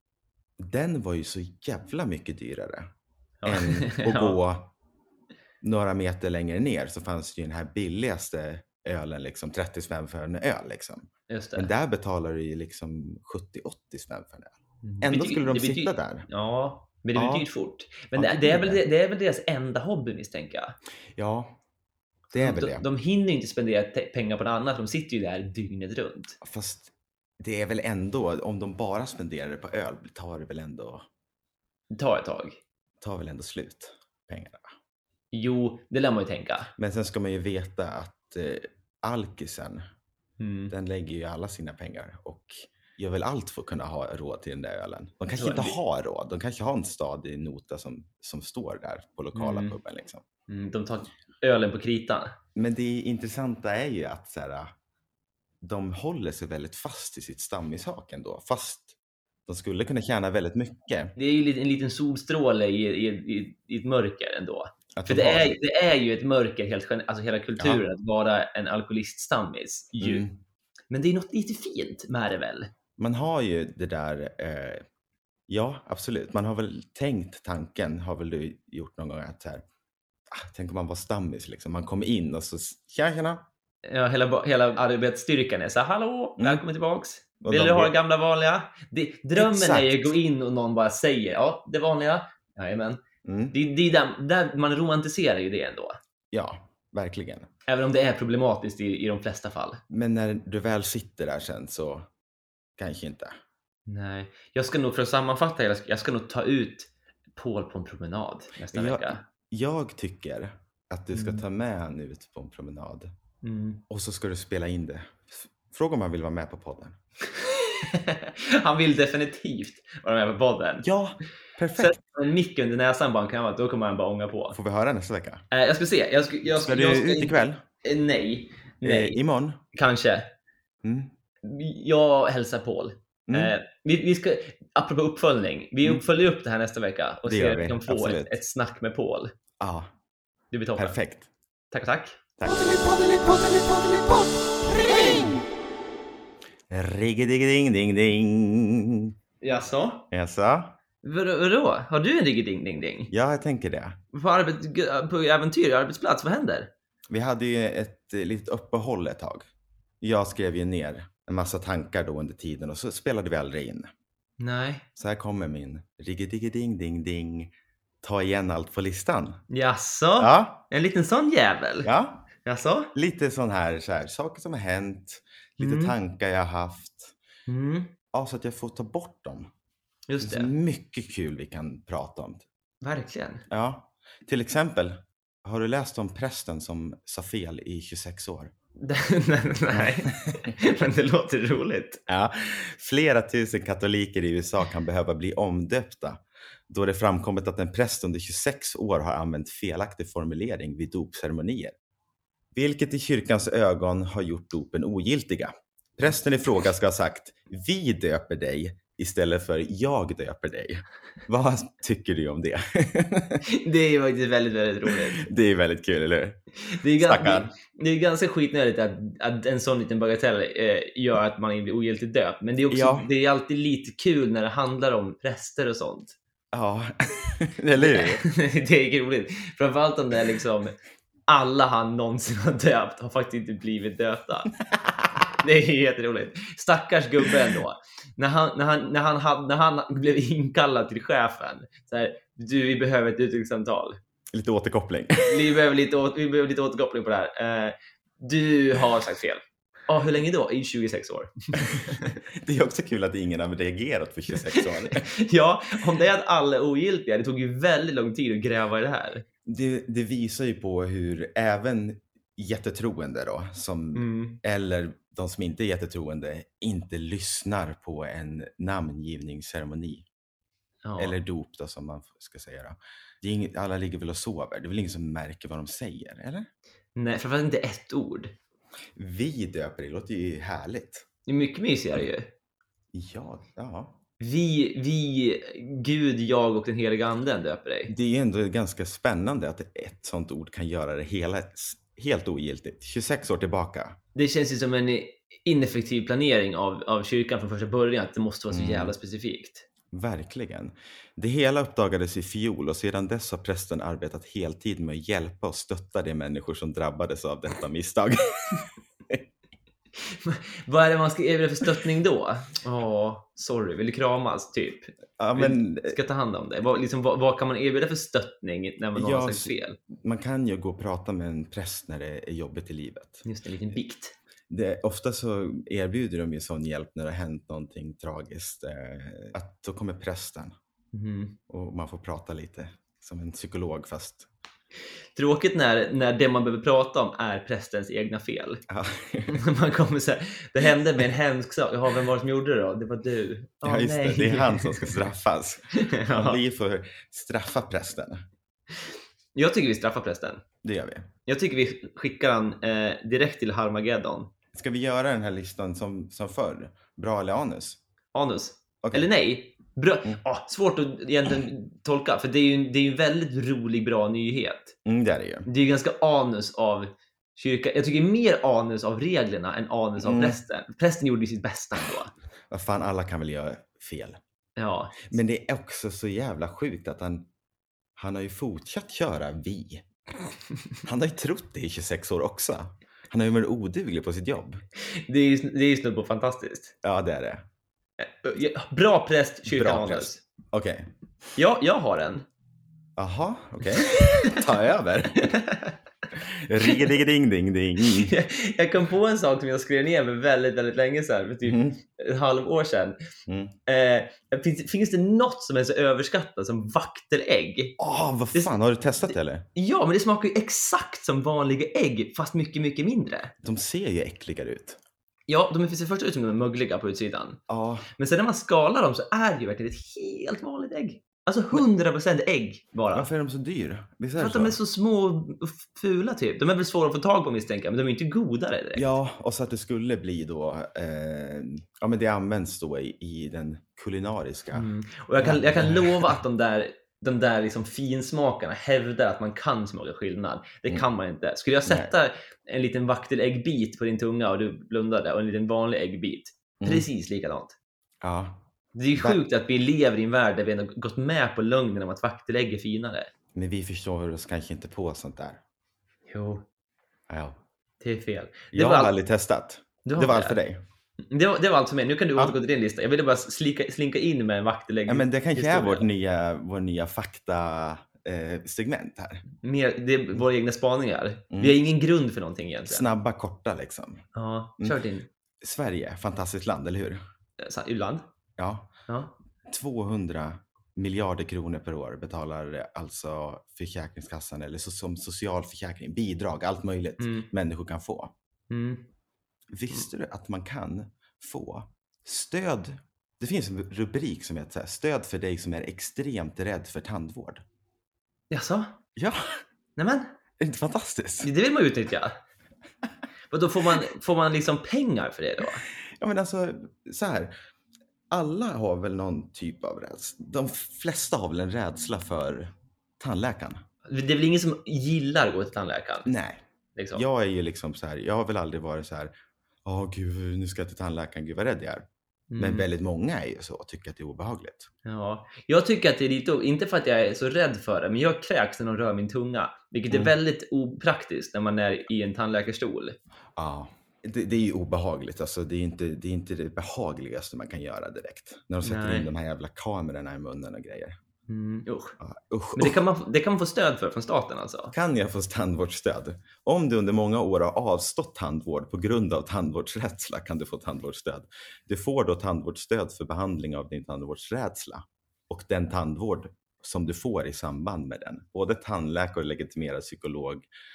den var ju så jävla mycket dyrare Ja. än att Ja. gå några meter längre ner, så fanns det ju den här billigaste ölen, liksom trettio spänn för en öl liksom. Just det. Men där betalar du ju liksom sjuttio åttio spänn för en öl. Mm. Ändå Det betyder- skulle de det betyder- sitta där. Ja, men det blir Ja. dyrt fort. Men Ja, det, det det, är blir väl, det. det, det är väl deras enda hobby, misstänker jag. Ja, det är väl de, det. de hinner ju inte spendera te- pengar på något annat. De sitter ju där dygnet runt. Fast det är väl ändå, om de bara spenderar det på öl, tar det väl ändå, Det tar ett tag. tar väl ändå slut pengarna. Jo, det lär man ju tänka. Men sen ska man ju veta att eh, alkisen, Mm. den lägger ju alla sina pengar och gör väl allt för att kunna ha råd till den där ölen. De kanske Så inte det- har råd, de kanske har en stadig nota som, som står där på lokala Mm. puben liksom. Mm, de tar ölen på kritan. Men det intressanta är ju att så här, de håller sig väldigt fast i sitt stammishak ändå, fast de skulle kunna tjäna väldigt mycket. Det är ju lite- en liten solstråle i, i, i, i ett mörker ändå. Att För de det har- är, det är ju ett mörker, helt, gen- alltså hela kulturen, att vara en alkoholiststammis. Ju. Mm. Men det är något lite fint med det väl? Man har ju det där, eh, ja absolut, man har väl tänkt tanken, har väl du gjort någon gång att så här, ah, tänk om man var stammis liksom, man kom in och så, tjena tjena. Ja, hela, ba- hela arbetsstyrkan är så här, hallå, Mm. välkommen tillbaks. Och Vill de du ha vet- det gamla vanliga? Det, drömmen Exakt. är ju att gå in och någon bara säger, ja, det vanliga. Jajamän. Mm. Det, det är där, där man romantiserar ju det ändå. Ja, verkligen. Även om det är problematiskt i, i de flesta fall. Men när du väl sitter där sen så kanske inte. Nej, jag ska nog, för att sammanfatta, jag ska, jag ska nog ta ut Paul på en promenad nästa Jag, vecka. jag tycker att du ska Mm. ta med han ut på en promenad Mm. och så ska du spela in det. Fråga om han vill vara med på podden. Han vill definitivt vara med på podden. Ja, perfekt. Sätt en mick under näsan bara, kan vara, då kommer han bara ånga på. Får vi höra nästa vecka? Eh, jag ska se. Jag ska, jag ska, Ska jag du ska ut ikväll? Eh, nej. Eh, Nej. imorgon? Kanske. Mm. Jag hälsar Paul. Mm. Eh, vi, vi ska, apropå uppföljning, vi Mm. följer upp det här nästa vecka och Det ser gör om vi vi, kan få absolut. ett, ett snack med Paul. Ja, Det blir toppen. perfekt. Tack och tack. Tack. Riggeding ding ding. Jaså? Jaså? Vadå? vadå? Har du en ding ding ding? Ja, jag tänker det. På, arbet, på äventyr, arbetsplats, vad händer? Vi hade ju ett eh, litet uppehåll ett tag. Jag skrev ju ner en massa tankar då under tiden och så spelade vi aldrig in. Nej. Så här kommer min riggeding ding ding. Ta igen allt på listan. Jaså? Ja, En liten sån jävel? ja. Jaså? Lite sån här, så här saker som har hänt. Lite Mm. tankar jag har haft. Mm. Ja, så att jag får ta bort dem. Just Det är det. så mycket kul vi kan prata om. Verkligen. Ja, till exempel. Har du läst om prästen som sa fel i tjugosex år? nej, nej. Men det låter roligt. Ja, flera tusen katoliker i U S A kan behöva bli omdöpta då det framkommit att en präst under tjugosex år har använt felaktig formulering vid dopceremonier. Vilket i kyrkans ögon har gjort dopen ogiltiga. Prästen i fråga ska ha sagt, vi döper dig istället för jag döper dig. Vad tycker du om det? Det är ju faktiskt väldigt, väldigt roligt. Det är väldigt kul, eller hur? Det är, ganska, Stackarn. det, det är ganska skitnödigt att, att en sån liten bagatell eh, gör att man blir ogiltigt döpt. Men det är också Ja. det är alltid lite kul när det handlar om präster och sånt. Ja, eller hur? Det är roligt. Framförallt om det är liksom alla han någonsin har döpt har faktiskt inte blivit döpta. Det är jätteroligt. Stackars gubbe ändå. När han, när han, när han, hade, när han blev inkallad till chefen. Så här, du, vi behöver ett utvecklingssamtal. Lite återkoppling. Vi behöver lite, å- vi behöver lite återkoppling på det här. Eh, du har sagt fel. Ja, hur länge då? I tjugosex år. Det är också kul att ingen har reagerat för tjugosex år. Ja, om det är att alla är ogiltiga. Det tog ju väldigt lång tid att gräva i det här. Det, det visar ju på hur även jättetroende då, som, Mm. eller de som inte är jättetroende, inte lyssnar på en namngivningsceremoni. Ja. Eller dop då, som man ska säga då. Det är inget, alla ligger väl och sover. Det är väl ingen som märker vad de säger, eller? Nej, framförallt inte ett ord. Vi döper, det låter ju härligt. Det är mycket mysigare ju. Ja, ja. Vi, vi, Gud, jag och den heliga anden döper dig. Det är ändå ganska spännande att ett sånt ord kan göra det hela, helt ogiltigt. tjugosex år tillbaka. Det känns ju som en ineffektiv planering av, av kyrkan från första början, att det måste vara så Mm. jävla specifikt. Verkligen. Det hela uppdagades i fjol och sedan dess har prästen arbetat heltid med att hjälpa och stötta de människor som drabbades av detta misstag. Vad är det man ska erbjuda för stöttning då? Åh, sorry, vill du kramas typ? Ja, men, Vill, ska ta hand om det. Vad, liksom, vad, vad kan man erbjuda för stöttning när man Ja, har sagt fel? man kan ju gå och prata med en präst när det är jobbigt i livet. Just en liten bikt. Det, ofta så erbjuder de ju sån hjälp när det har hänt någonting tragiskt. Eh, att då kommer prästen Mm. och man får prata lite som en psykolog fast... Tråkigt när, när det man behöver prata om är prästens egna fel. Ja, Man kommer så här, det hände med en hemsk sak. Jaha, vem var det som gjorde det då? Det var du. Åh, ja just nej. det. Det är han som ska straffas. Ja. Ja. Vi får straffa prästen. Jag tycker vi straffar prästen. Det gör vi. Jag tycker vi skickar han eh, direkt till Harmageddon. Ska vi göra den här listan som, som förr? Bra eller anus? Anus. Okej. Eller nej. Bra. Mm. Ah, svårt att egentligen tolka. För det är ju det är ju en väldigt rolig, bra nyhet. Mm, det är det ju. Det är ju ganska anus av kyrkan. Jag tycker mer anus av reglerna än anus av Mm. prästen. Prästen gjorde ju sitt bästa ändå. Vad fan, alla kan väl göra fel. Ja. Men det är också så jävla sjukt att han, han har ju fortsatt köra vi. Han har ju trott det i tjugosex år också. Han har ju varit oduglig på sitt jobb. Det är ju det är ju snudd på fantastiskt. Ja, det är det. Ja, bra präst, kyrkan Bra anus. präst. Okej. Ja, jag har en. Jaha, okej. Ta över. Rigga-digga-ding, ding, ding. Jag kom på en sak som jag skrev ner för väldigt, väldigt länge sedan. För typ Mm. ett halvår sedan. Mm. Eh, finns, finns det något som är så överskattat som vaktelägg? Åh, vad Det- fan, har du testat det eller? Ja, men det smakar ju exakt som vanliga ägg, fast mycket, mycket mindre. De ser ju äckligare ut. Ja, de finns ju först ut som de är mögliga på utsidan. Ja, Men sen när man skalar dem så är det ju verkligen ett helt vanligt ägg. Alltså hundra procent ägg bara. varför är de så dyr? Visst är För det att de är så? så små och fula typ. De är väl svåra att få tag på misstänker jag, men de är inte godare direkt. Ja, och så att det skulle bli då, eh, ja men det används då i, i den kulinariska. Mm. Och jag kan, jag kan lova att de där, de där liksom finsmakarna hävdar att man kan smaka skillnad. Det Mm. kan man inte. Skulle jag sätta en liten vakteläggbit på din tunga och du blundade och en liten vanlig äggbit, Mm. precis likadant. Ja, Det är ju sjukt att vi lever i en värld där vi har gått med på lögnen om att vaktelägg är finare. men vi förstår oss kanske inte på sånt där. Jo, Ja. det är fel. Det Jag var har allt- aldrig testat. Du har Det var det. allt för dig. Det var, det var allt för mig. Nu kan du Ja. återgå till din lista. Jag ville bara slika, slinka in med en vaktelägg. Ja, men det kanske är historia. vårt nya, vår nya fakta-segment här. Mer, det är våra egna spaningar. Mm. Vi har ingen grund för någonting egentligen. Snabba, korta liksom. Ja, Mm. kör din. Sverige, fantastiskt land, eller hur? Så, U-land. Ja. Ja. tvåhundra miljarder kronor per år betalar alltså Försäkringskassan eller så, som socialförsäkring, bidrag, allt möjligt Mm. människor kan få. Mm. Visste du att man kan få stöd? Det finns en rubrik som heter så här, stöd för dig som är extremt rädd för tandvård. Jaså? Ja, Nämen, är det inte fantastiskt? det vill man utnyttja. Och då får man, får man liksom pengar för det då? Ja, men alltså så här. Alla har väl någon typ av rädsla. De flesta har väl en rädsla för tandläkaren. Det är väl ingen som gillar att gå till tandläkaren? Nej. Liksom. Jag är ju liksom så här, jag har väl aldrig varit så här, åh gud, nu ska jag till tandläkaren, gud vad rädd jag är. Mm. Men väldigt många är ju så, tycker att det är obehagligt. Ja, jag tycker att det är lite, inte för att jag är så rädd för det, men jag kräks när de rör min tunga. Vilket är Mm. väldigt opraktiskt när man är i en tandläkarstol. Ja, det, det är ju obehagligt. Alltså, det, är inte, det är inte det behagligaste man kan göra direkt. När de sätter Nej. in de här jävla kamerorna i munnen och grejer. Mm, usch. Ja, usch, Men det usch. kan, man, det kan man få stöd för från staten alltså? Kan jag få tandvårdsstöd? Om du under många år har avstått tandvård på grund av tandvårdsrädsla kan du få tandvårdsstöd. Du får då tandvårdsstöd för behandling av din tandvårdsrädsla och den tandvård som du får i samband med den. Både tandläkare och legitimerad psykolog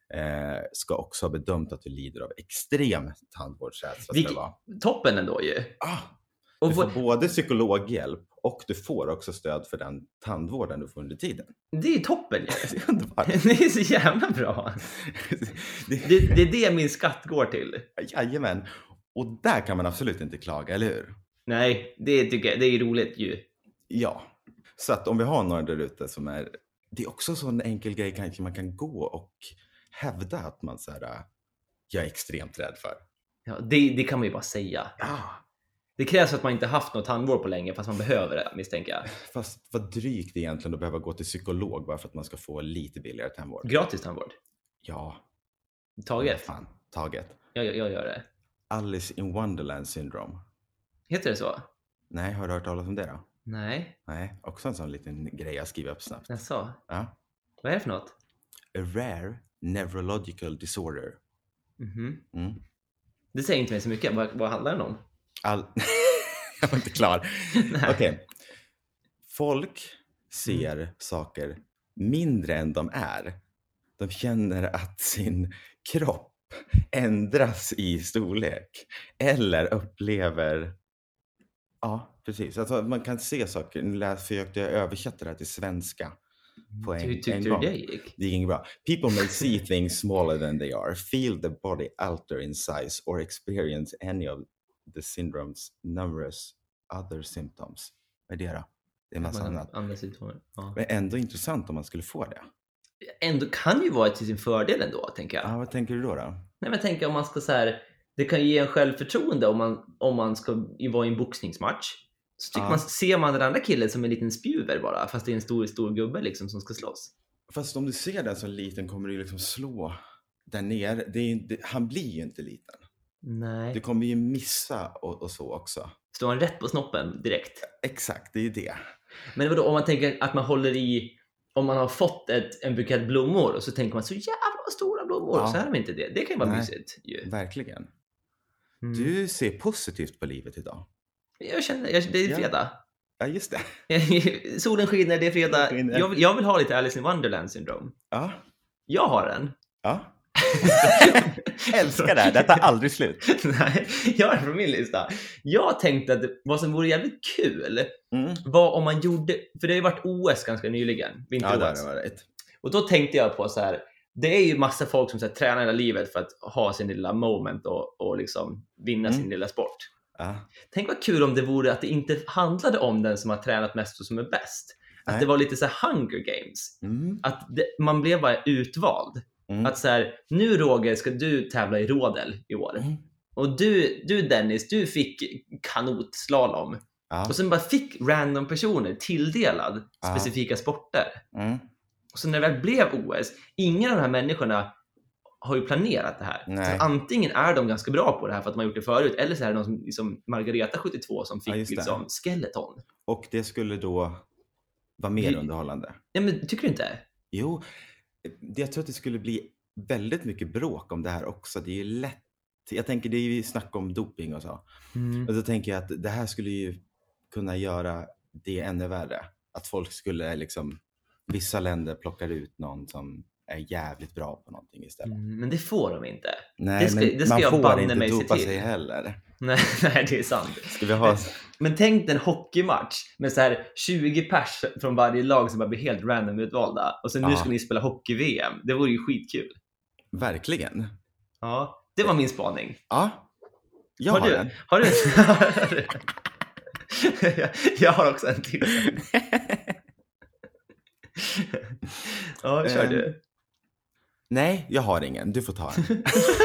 eh, ska också ha bedömt att du lider av extrem tandvårdsrädsla. Vilk, toppen ändå ju. Ah, och du får vad, både psykologhjälp och du får också stöd för den tandvården du får under tiden. det är toppen ju. Det är underbart. Det är så jävla bra. det, det, det är det min skatt går till. Jajamän. Och där kan man absolut inte klaga, eller hur? Nej, det tycker jag, det är roligt ju. Ja, så att om vi har några där ute som är... Det är också så en enkel grej kanske man kan gå och hävda att man så här, jag är extremt rädd för. Ja, det, det kan man ju bara säga. Ja. Det krävs att man inte haft något tandvård på länge fast man behöver det, misstänker jag. Fast vad drygt egentligen att behöva gå till psykolog bara för att man ska få lite billigare tandvård. Gratis tandvård. Ja. Taget. Fan, taget. Jag, jag, jag gör det. Alice in Wonderland syndrome. Heter det så? Nej, har du hört talas om det då? Nej. Nej, också en sån liten grej jag skriver upp snabbt. Jag sa. Ja. Vad är det för något? A rare neurological disorder. Mm-hmm. Mm. Det säger inte mig så mycket. Vad, vad handlar det om? All... jag var inte klar. Okej. Okay. Folk ser mm. saker mindre än de är. De känner att sin kropp ändras i storlek. Eller upplever... Ja, precis. Alltså, man kan se saker. Nu försökte jag översätta det här till svenska. På en, Hur tyckte en du gång. det gick? Det gick bra. People may see things smaller than they are, feel the body alter in size or experience any of the syndromes numerous other symptoms. Vad är det då? Det är en massa annat. Andra symptomer. Ja. Men ändå intressant om man skulle få det. Ändå kan ju vara till sin fördel ändå, tänker jag. Ja, vad tänker du då? då? Nej, men jag tänker om man ska så här, det kan ge en självförtroende om man, om man ska vara i en boxningsmatch. Så tycker ja. man, ser man den andra killen som en liten spjuver bara, fast det är en stor, stor gubbe liksom som ska slåss. Fast om du ser den som liten kommer du liksom slå där nere. Det är, det, han blir ju inte liten. Nej. Du kommer ju missa och, och så också. Står han rätt på snoppen direkt? Exakt, det är ju det. Men vadå, om man tänker att man håller i, om man har fått ett, en bukett blommor och så tänker man så jävla stora blommor, ja. Så är de inte det. Det kan ju vara Nej, mysigt ju. Verkligen. Mm. Du ser positivt på livet idag. Jag känner, jag, det är fredag. Ja, just det. Solen skiner, det är fredag. Skiner. Jag, jag vill ha lite Alice in Wonderland syndrom. Ja. Jag har den. Ja. Älskar det här, det tar aldrig slut. Nej, jag har det från min lista. Jag tänkte att vad som vore jävligt kul mm. var om man gjorde, för det har ju varit O S ganska nyligen, vinter-O S. Ja, det har varit. Och då tänkte jag på så här, det är ju massa folk som så här, tränar hela livet för att ha sin lilla moment och, och liksom vinna mm. sin lilla sport. Ja. Tänk vad kul om det vore att det inte handlade om den som har tränat mest och som är bäst. Att Nej. det var lite så här Hunger Games. Mm. Att det, man blev bara utvald. Mm. Att så här, nu Roger ska du tävla i rådel i år. Mm. Och du, du Dennis, du fick kanotslalom. Ja. Och sen bara fick random personer tilldelad ja. specifika sporter. Mm. Och så när det väl blev O S, ingen av de här människorna har ju planerat det här. Så antingen är de ganska bra på det här för att de har gjort det förut, eller så är det någon som liksom Margareta sjuttiotvå som fick ja, liksom skeleton. Och det skulle då vara mer det... underhållande. Ja, men tycker du inte? Jo, jag tror att det skulle bli väldigt mycket bråk om det här också. Det är ju lätt. Jag tänker, det är ju snack om doping och så. Mm. Och då tänker jag att det här skulle ju kunna göra det ännu värre. Att folk skulle liksom, vissa länder plockar ut någon som är jävligt bra på någonting istället. Mm, men det får de inte. Nej, det ska, men det ska man jag får inte mig dopa se sig heller. Nej, nej, det är sant. Ska vi ha... Men tänk dig en hockeymatch med så här tjugo pers från varje lag som bara blir helt random utvalda. Och sen nu ja. ska ni spela hockey-V M. Det vore ju skitkul. Verkligen. Ja, det var min spaning. Ja, jag har, har du, den. Har du? Jag har också en till. Ja, kör um, du. Nej, jag har ingen. Du får ta en.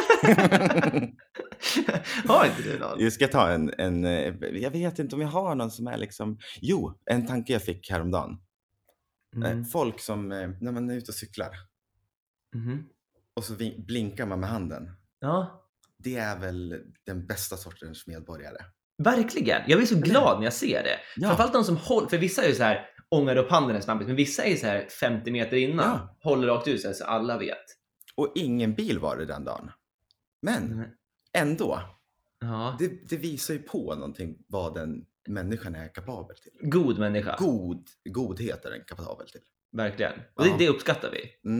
Har inte du någon? Jag ska ta en, en... Jag vet inte om jag har någon som är liksom... Jo, en tanke jag fick häromdagen. Mm. Folk som... När man är ute och cyklar. Mm. Och så blinkar man med handen. Ja. Det är väl den bästa sortens medborgare. Verkligen. Jag blir så glad när jag ser det. Ja. Framförallt de som håller... För vissa är ju så här... ångar upp handen snabbigt. Men vissa är ju så här femtio meter innan. Ja. Håller rakt ut så alla vet. Och ingen bil var det den dagen. Men mm. ändå. Ja. Det, det visar ju på någonting vad den människan är kapabel till. God människa. God, godhet är den kapabel till. Verkligen. Och ja. det, det uppskattar vi. Mm.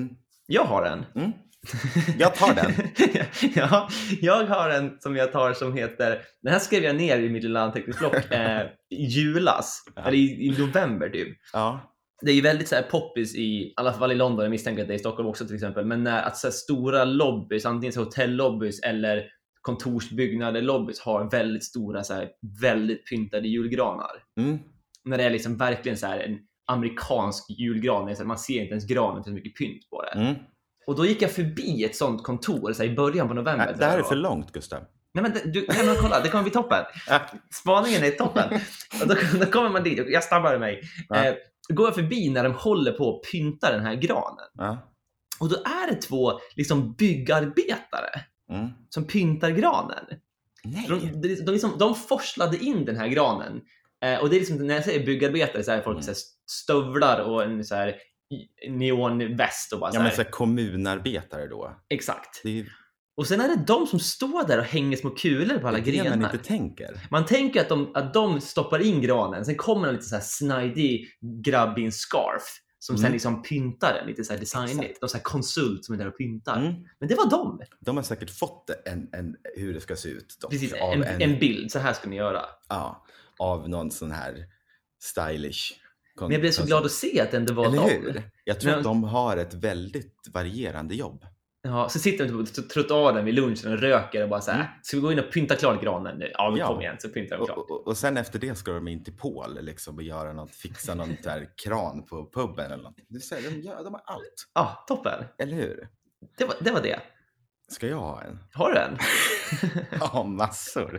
Jag har en. Mm. Jag tar den. Ja, jag har en som jag tar som heter, den här skrev jag ner i mitt lilla anteckningsblock eh, julas, ja. eller i, i november typ. Ja. Det är ju väldigt så här poppis i alla fall i London, jag misstänker att det är i Stockholm också till exempel, men när att så här, stora lobbys, antingen så hotellobbys eller kontorsbyggnader lobbys har väldigt stora så här, väldigt pyntade julgranar. Mm. När det är liksom verkligen så här en amerikansk julgran, så här, man ser inte ens granen för så mycket pynt på det. Mm. Och då gick jag förbi ett sånt kontor så här, i början på november. Nej, det här är för långt, Gustav. Nej, men du, nej, men kolla, det kommer bli toppen. Spaningen är toppen. Och då, då kommer man dit, jag stabbade mig. Ja. Eh, går jag förbi när de håller på att pynta den här granen. Ja. Och då är det två liksom byggarbetare mm. som pyntar granen. Nej. De, de, de, liksom, de forslade in den här granen. Eh, och det är liksom, när jag säger byggarbetare så är folk mm. så här, stövlar och en så här neonväst och bara så här. Ja, men så så här kommunarbetare då. Exakt. Det är... Och sen är det de som står där och hänger små kulor på alla det grenar. Det man inte tänker. Man tänker att de, att de stoppar in granen. Sen kommer en lite så här snidig grabb i en scarf som mm. sen liksom pyntar den lite så här designigt. De så här konsult som är där och pyntar. Mm. Men det var de. De har säkert fått en, en, hur det ska se ut. Dock, precis, av en, en, en bild. Så här ska ni göra. Ja, av någon sån här stylish. Men jag blev så glad att se att det ändå var Eller de. Hur? Jag tror Men... att de har ett väldigt varierande jobb. Ja, så sitter de på trottoaren vid lunchen och röker och bara så här, mm. ska vi gå in och pynta klart granen nu? Ja, vi ja. kommer igen, så pyntar de klart. Och, och, och sen efter det ska de in till Paul liksom, och göra något, fixa någon där kran på puben eller något. Det säger de, ja, de har allt. Ja, toppen. Eller hur? Det var det. Var det. Ska jag ha en? Har du en? Ja, massor.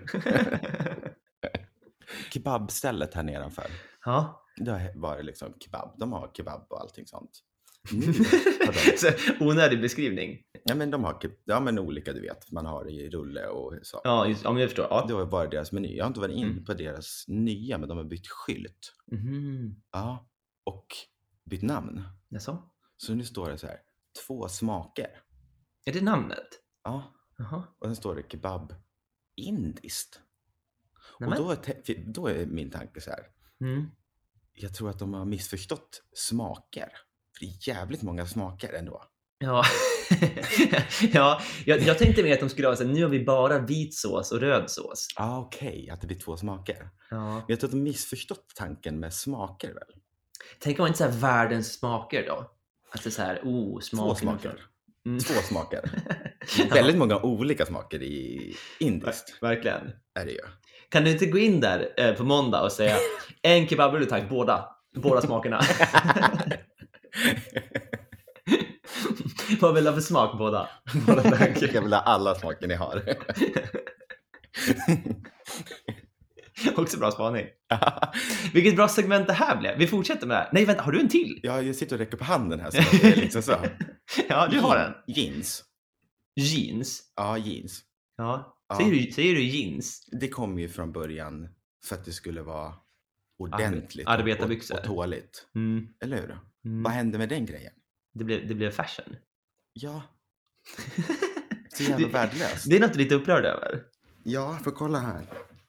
Kebabstället här nedanför. Ja. Det var det liksom kebab. De har kebab och allting sånt. Så, onödig beskrivning. Ja, men de har ja, men olika, du vet. Man har i rulle och så. Ja, just, ja jag förstår. Ja. Det var bara deras meny. Jag har inte varit in mm. på deras nya, men de har bytt skylt. Mm. Ja, och bytt namn. Jaså? Så nu står det så här, två smaker. Är det namnet? Ja. Jaha. Och sen står det kebab indiskt. Nämen. Och då är, då är min tanke så här. Mm. Jag tror att de har missförstått smaker. För det är jävligt många smaker ändå. Ja, ja jag, jag tänkte mer att de skulle ha så här, nu har vi bara vitsås och rödsås. Ja, ah, okej, okay, att det blir två smaker. Ja. Men jag tror att de missförstått tanken med smaker väl. Tänker man inte så här världens smaker då? Att det är så här, oh, smaker. Två smaker. Mm. Två smaker. Väldigt många olika smaker i indiskt. Verkligen. Är det ju. Kan du inte gå in där eh, på måndag och säga en kebabrulle tack, båda. Båda smakerna. Vad vill du ha för smak båda? båda Jag vill ha alla smaker ni har. Också bra spaning. Vilket bra segment det här blev. Vi fortsätter med det här. Nej, vänta, har du en till? Ja, jag sitter och räcker på handen här. Så det är liksom så. Ja, du har en. Jeans. Jeans? Ja, jeans. Ja. Säger, ja. Du, säger du jeans? Det kom ju från början för att det skulle vara ordentligt Ar- arbetarbyxor. Och, och tåligt. Mm. Eller hur? Mm. Vad hände med den grejen? Det blev, det blev fashion. Ja. Så jävla värdelöst. Det är något du är lite upprörd över. Ja, för kolla här.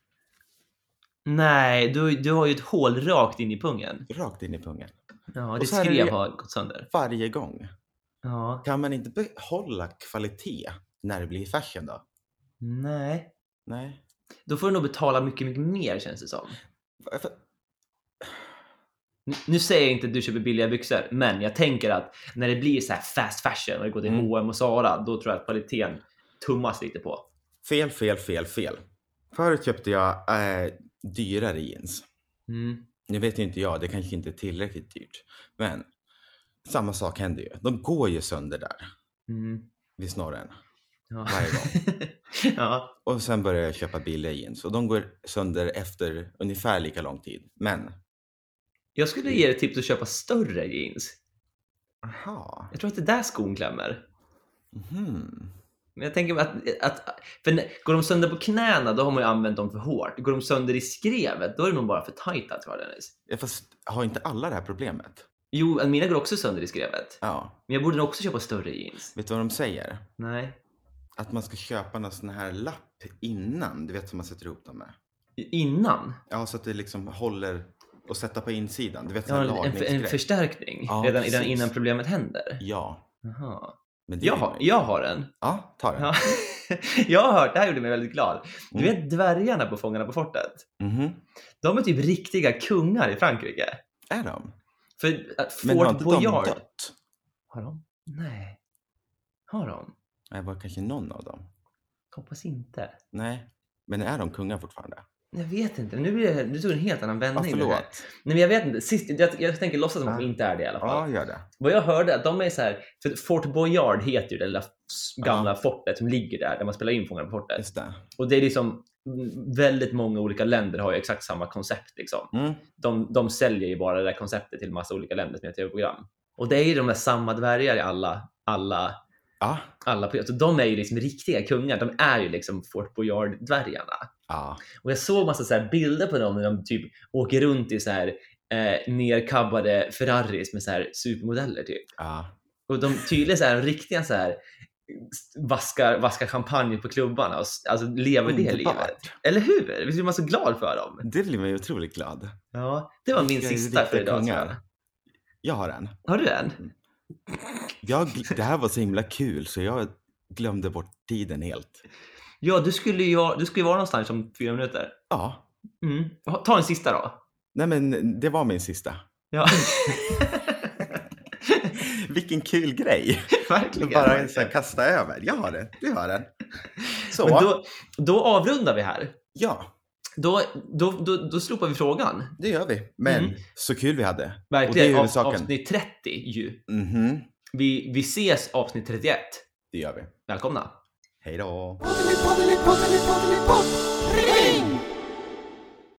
Nej, du, du har ju ett hål rakt in i pungen. Rakt in i pungen. Ja, det skrev har gått sönder. Varje gång. Ja. Kan man inte behålla kvalitet när det blir fashion då? Nej. Nej. Då får du nog betala mycket, mycket mer, känns det som. Varför? Nu säger jag inte att du köper billiga byxor, men jag tänker att när det blir så här fast fashion och det går till mm. H och M och Zara, då tror jag att kvaliteten tummas lite på. Fel, fel, fel, fel. Förut köpte jag äh, dyrare jeans. Mm. Nu vet ju inte jag, det kanske inte är tillräckligt dyrt. Men samma sak händer ju. De går ju sönder där. Mm. Vid snorren. Ja. Varje gång. Ja. Och sen börjar jag köpa billiga jeans. Och de går sönder efter ungefär lika lång tid. Men jag skulle ge dig tips att köpa större jeans. Aha. Jag tror att det där skon klämmer. Mm. Men jag tänker att, att för går de sönder på knäna, då har man ju använt dem för hårt. Går de sönder i skrevet, då är det nog bara för tajta, tror jag, Dennis. Ja, fast har inte alla det här problemet? Jo, mina går också sönder i skrevet. Ja. Men jag borde nog också köpa större jeans. Vet du vad de säger? Nej. Att man ska köpa någon sån här lapp innan, du vet, som man sätter ihop dem med. Innan? Ja, så att det liksom håller och sätta på insidan. Du vet, ja, en, en förstärkning ja, redan, redan innan problemet händer. Ja. Jaha. Men det Jag är- har, jag har en. Ja, ta den. Ja. Jag har hört, det här gjorde mig väldigt glad. Du Mm. vet dvärgarna på Fångarna på fortet? Mhm. De är typ riktiga kungar i Frankrike. Är de? För att Men har Fort inte de Boyard... dött? Har de? Nej. Har de? Det var kanske någon av dem. Hoppas inte. Nej. Men är de kungar fortfarande? Jag vet inte. Nu blir det, nu tog det en helt annan Ja, vändning. det här. förlåt. Nej, men jag vet inte. Sist, jag, jag tänker låtsas som att de Ja. inte är det i alla fall. Ja, gör det. Vad jag hörde att de är så här, för Fort Boyard heter ju det lilla s- gamla Ja. fortet som ligger där, där man spelar in Fångarna på fortet. Just det. Och det är liksom mm, väldigt många olika länder har ju exakt samma koncept liksom. Mm. De, de säljer ju bara det där konceptet till massa olika länder som är tv-program. Och det är ju de där samma dvärgar i alla, alla, Ja. alla program. Så de är ju liksom riktiga kungar. De är ju liksom Fort Boyard-dvärgarna. Ja. Och jag såg massa så här bilder på dem när de typ åker runt i så här eh, nerkabbade Ferraris med så här supermodeller typ. Ja. Och de tydligen så här riktiga så här vaskar, vaskar champagne på klubbarna och s- alltså lever det Underbart. livet. Eller hur? Visst blir man så glad för dem? Det blir man ju otroligt glad. Ja, det var min Jag är sista för riktiga idag. kungar. tror jag. Jag har en. Har du en? Jag, det här var så himla kul så jag glömde bort tiden helt. Ja, du skulle ju du skulle ju vara någonstans om fyra minuter. Ja. Mm. Ta en sista då. Nej men det var min sista. Ja. Vilken kul grej. Verkligen. Bara så här, kasta över. Jag har den. Du har den. Så. Men då, då avrundar vi här. Ja, Då, då, då, då slopar vi frågan. det gör vi. Men Mm. så kul vi hade. Verkligen. Och det är Av, huvudsaken. avsnitt trettio ju. Mhm. Vi, vi ses avsnitt trettioett. Det gör vi. Välkomna. Hej då. Poddeli, poddeli, poddeli, poddeli, podd. Ring!